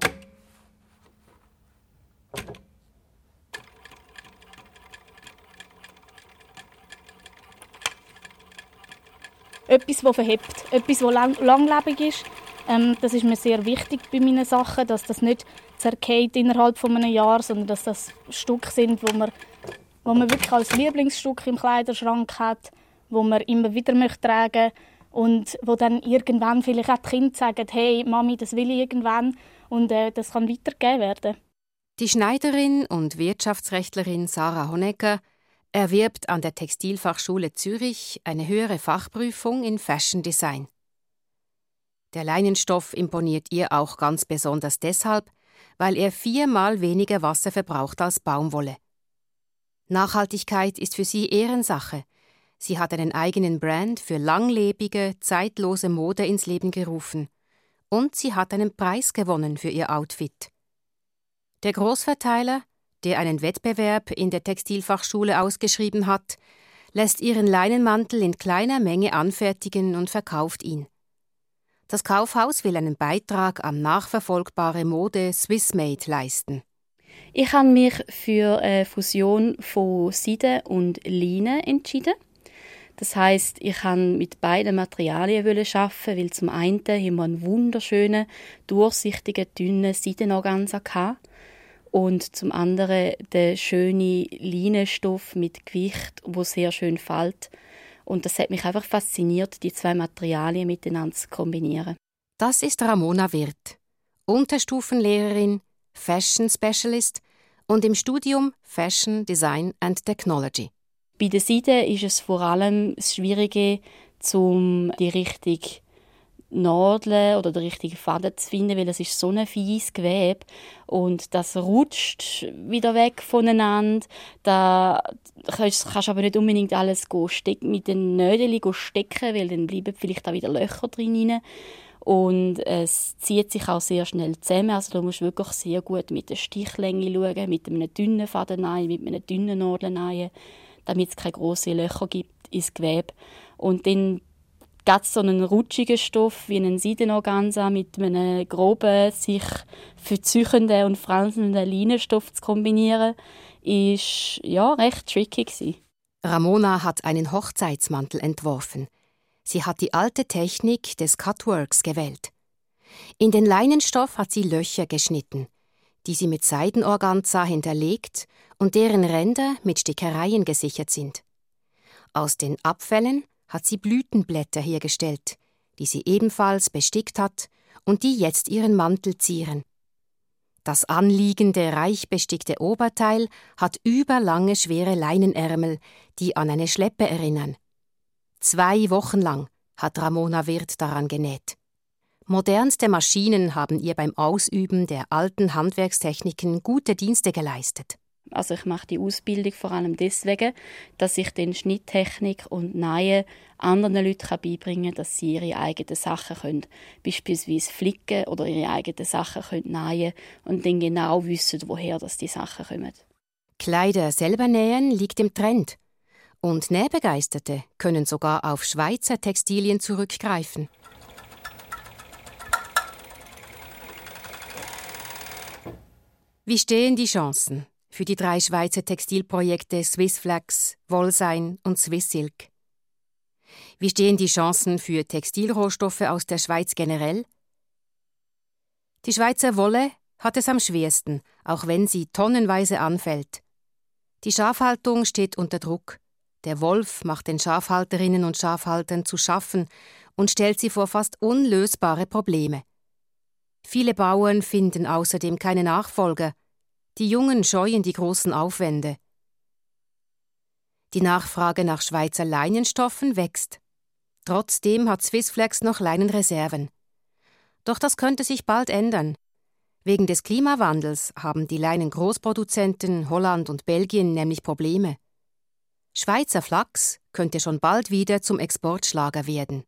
Etwas, das verhebt, etwas, das lang- langlebig ist. Ähm, das ist mir sehr wichtig bei meinen Sachen, dass das nicht zerfällt innerhalb von einem Jahr, sondern dass das Stücke sind, wo man, wo man wirklich als Lieblingsstück im Kleiderschrank hat, wo man immer wieder möchte tragen, Und wo dann irgendwann vielleicht auch die Kinder sagen, hey Mami, das will ich irgendwann und äh, das kann weitergegeben werden. Die Schneiderin und Wirtschaftsrechtlerin Sarah Honecker erwirbt an der Textilfachschule Zürich eine höhere Fachprüfung in Fashion Design. Der Leinenstoff imponiert ihr auch ganz besonders deshalb, weil er viermal weniger Wasser verbraucht als Baumwolle. Nachhaltigkeit ist für sie Ehrensache. Sie hat einen eigenen Brand für langlebige, zeitlose Mode ins Leben gerufen. Und sie hat einen Preis gewonnen für ihr Outfit. Der Großverteiler, der einen Wettbewerb in der Textilfachschule ausgeschrieben hat, lässt ihren Leinenmantel in kleiner Menge anfertigen und verkauft ihn. Das Kaufhaus will einen Beitrag an nachverfolgbare Mode Swissmade leisten. Ich habe mich für eine Fusion von Seide und Leine entschieden. Das heisst, ich wollte mit beiden Materialien arbeiten, weil zum einen haben wir einen wunderschönen, durchsichtigen, dünnen Seidenorganza gehabt und zum anderen den schönen Leinenstoff mit Gewicht, wo sehr schön fällt. Und das hat mich einfach fasziniert, die zwei Materialien miteinander zu kombinieren. Das ist Ramona Wirth, Unterstufenlehrerin, Fashion Specialist und im Studium Fashion Design and Technology. Bei der Seide ist es vor allem das Schwierige, um die richtige Nadel oder den richtigen Faden zu finden, weil es ist so ein feines Gewebe und das rutscht wieder weg voneinander. Da kannst du aber nicht unbedingt alles stecken, mit den Nägeln stecken, weil dann bleiben vielleicht auch wieder Löcher drin. Und es zieht sich auch sehr schnell zusammen. Also du musst wirklich sehr gut mit der Stichlänge schauen, mit einem dünnen Faden rein, mit einem dünnen Nadeln rein, damit es keine grossen Löcher gibt ins Gewebe. Und dann ganz so einen rutschigen Stoff wie einen Seidenorganza mit einem groben, sich verzüchenden und franselnden Leinenstoff zu kombinieren, ist ja recht tricky gewesen. Ramona hat einen Hochzeitsmantel entworfen. Sie hat die alte Technik des Cutworks gewählt. In den Leinenstoff hat sie Löcher geschnitten, die sie mit Seidenorganza hinterlegt und deren Ränder mit Stickereien gesichert sind. Aus den Abfällen hat sie Blütenblätter hergestellt, die sie ebenfalls bestickt hat und die jetzt ihren Mantel zieren. Das anliegende, reich bestickte Oberteil hat überlange, schwere Leinenärmel, die an eine Schleppe erinnern. Zwei Wochen lang hat Ramona Wirth daran genäht. Modernste Maschinen haben ihr beim Ausüben der alten Handwerkstechniken gute Dienste geleistet. Also ich mache die Ausbildung vor allem deswegen, dass ich den Schnitttechnik und Nähen anderen Leuten beibringen kann, dass sie ihre eigenen Sachen können, beispielsweise flicken oder ihre eigenen Sachen können nähen und dann genau wissen, woher das die Sachen kommen. Kleider selber nähen liegt im Trend. Und Nähbegeisterte können sogar auf Schweizer Textilien zurückgreifen. Wie stehen die Chancen für die drei Schweizer Textilprojekte Swissflax, Wollsein und Swissilk? Wie stehen die Chancen für Textilrohstoffe aus der Schweiz generell? Die Schweizer Wolle hat es am schwersten, auch wenn sie tonnenweise anfällt. Die Schafhaltung steht unter Druck. Der Wolf macht den Schafhalterinnen und Schafhaltern zu schaffen und stellt sie vor fast unlösbare Probleme. Viele Bauern finden außerdem keine Nachfolger. Die Jungen scheuen die großen Aufwände. Die Nachfrage nach Schweizer Leinenstoffen wächst. Trotzdem hat Swissflax noch Leinenreserven. Doch das könnte sich bald ändern. Wegen des Klimawandels haben die Leinengroßproduzenten Holland und Belgien nämlich Probleme. Schweizer Flachs könnte schon bald wieder zum Exportschlager werden.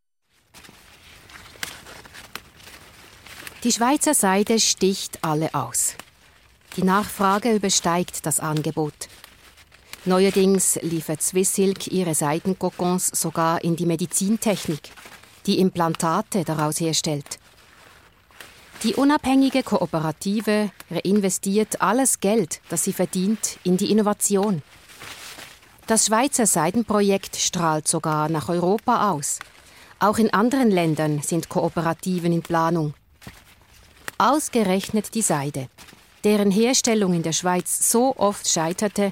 Die Schweizer Seide sticht alle aus. Die Nachfrage übersteigt das Angebot. Neuerdings liefert Swissilk ihre Seidenkokons sogar in die Medizintechnik, die Implantate daraus herstellt. Die unabhängige Kooperative reinvestiert alles Geld, das sie verdient, in die Innovation. Das Schweizer Seidenprojekt strahlt sogar nach Europa aus. Auch in anderen Ländern sind Kooperativen in Planung. Ausgerechnet die Seide, deren Herstellung in der Schweiz so oft scheiterte,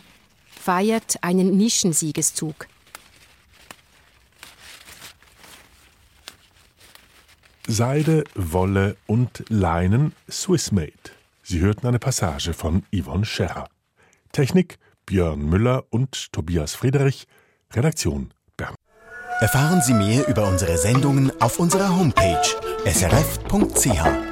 feiert einen Nischensiegeszug. Seide, Wolle und Leinen Swissmade. Sie hörten eine Passage von Yvonne Scherrer. Technik Björn Müller und Tobias Friedrich. Redaktion Bern. Erfahren Sie mehr über unsere Sendungen auf unserer Homepage s r f punkt c h.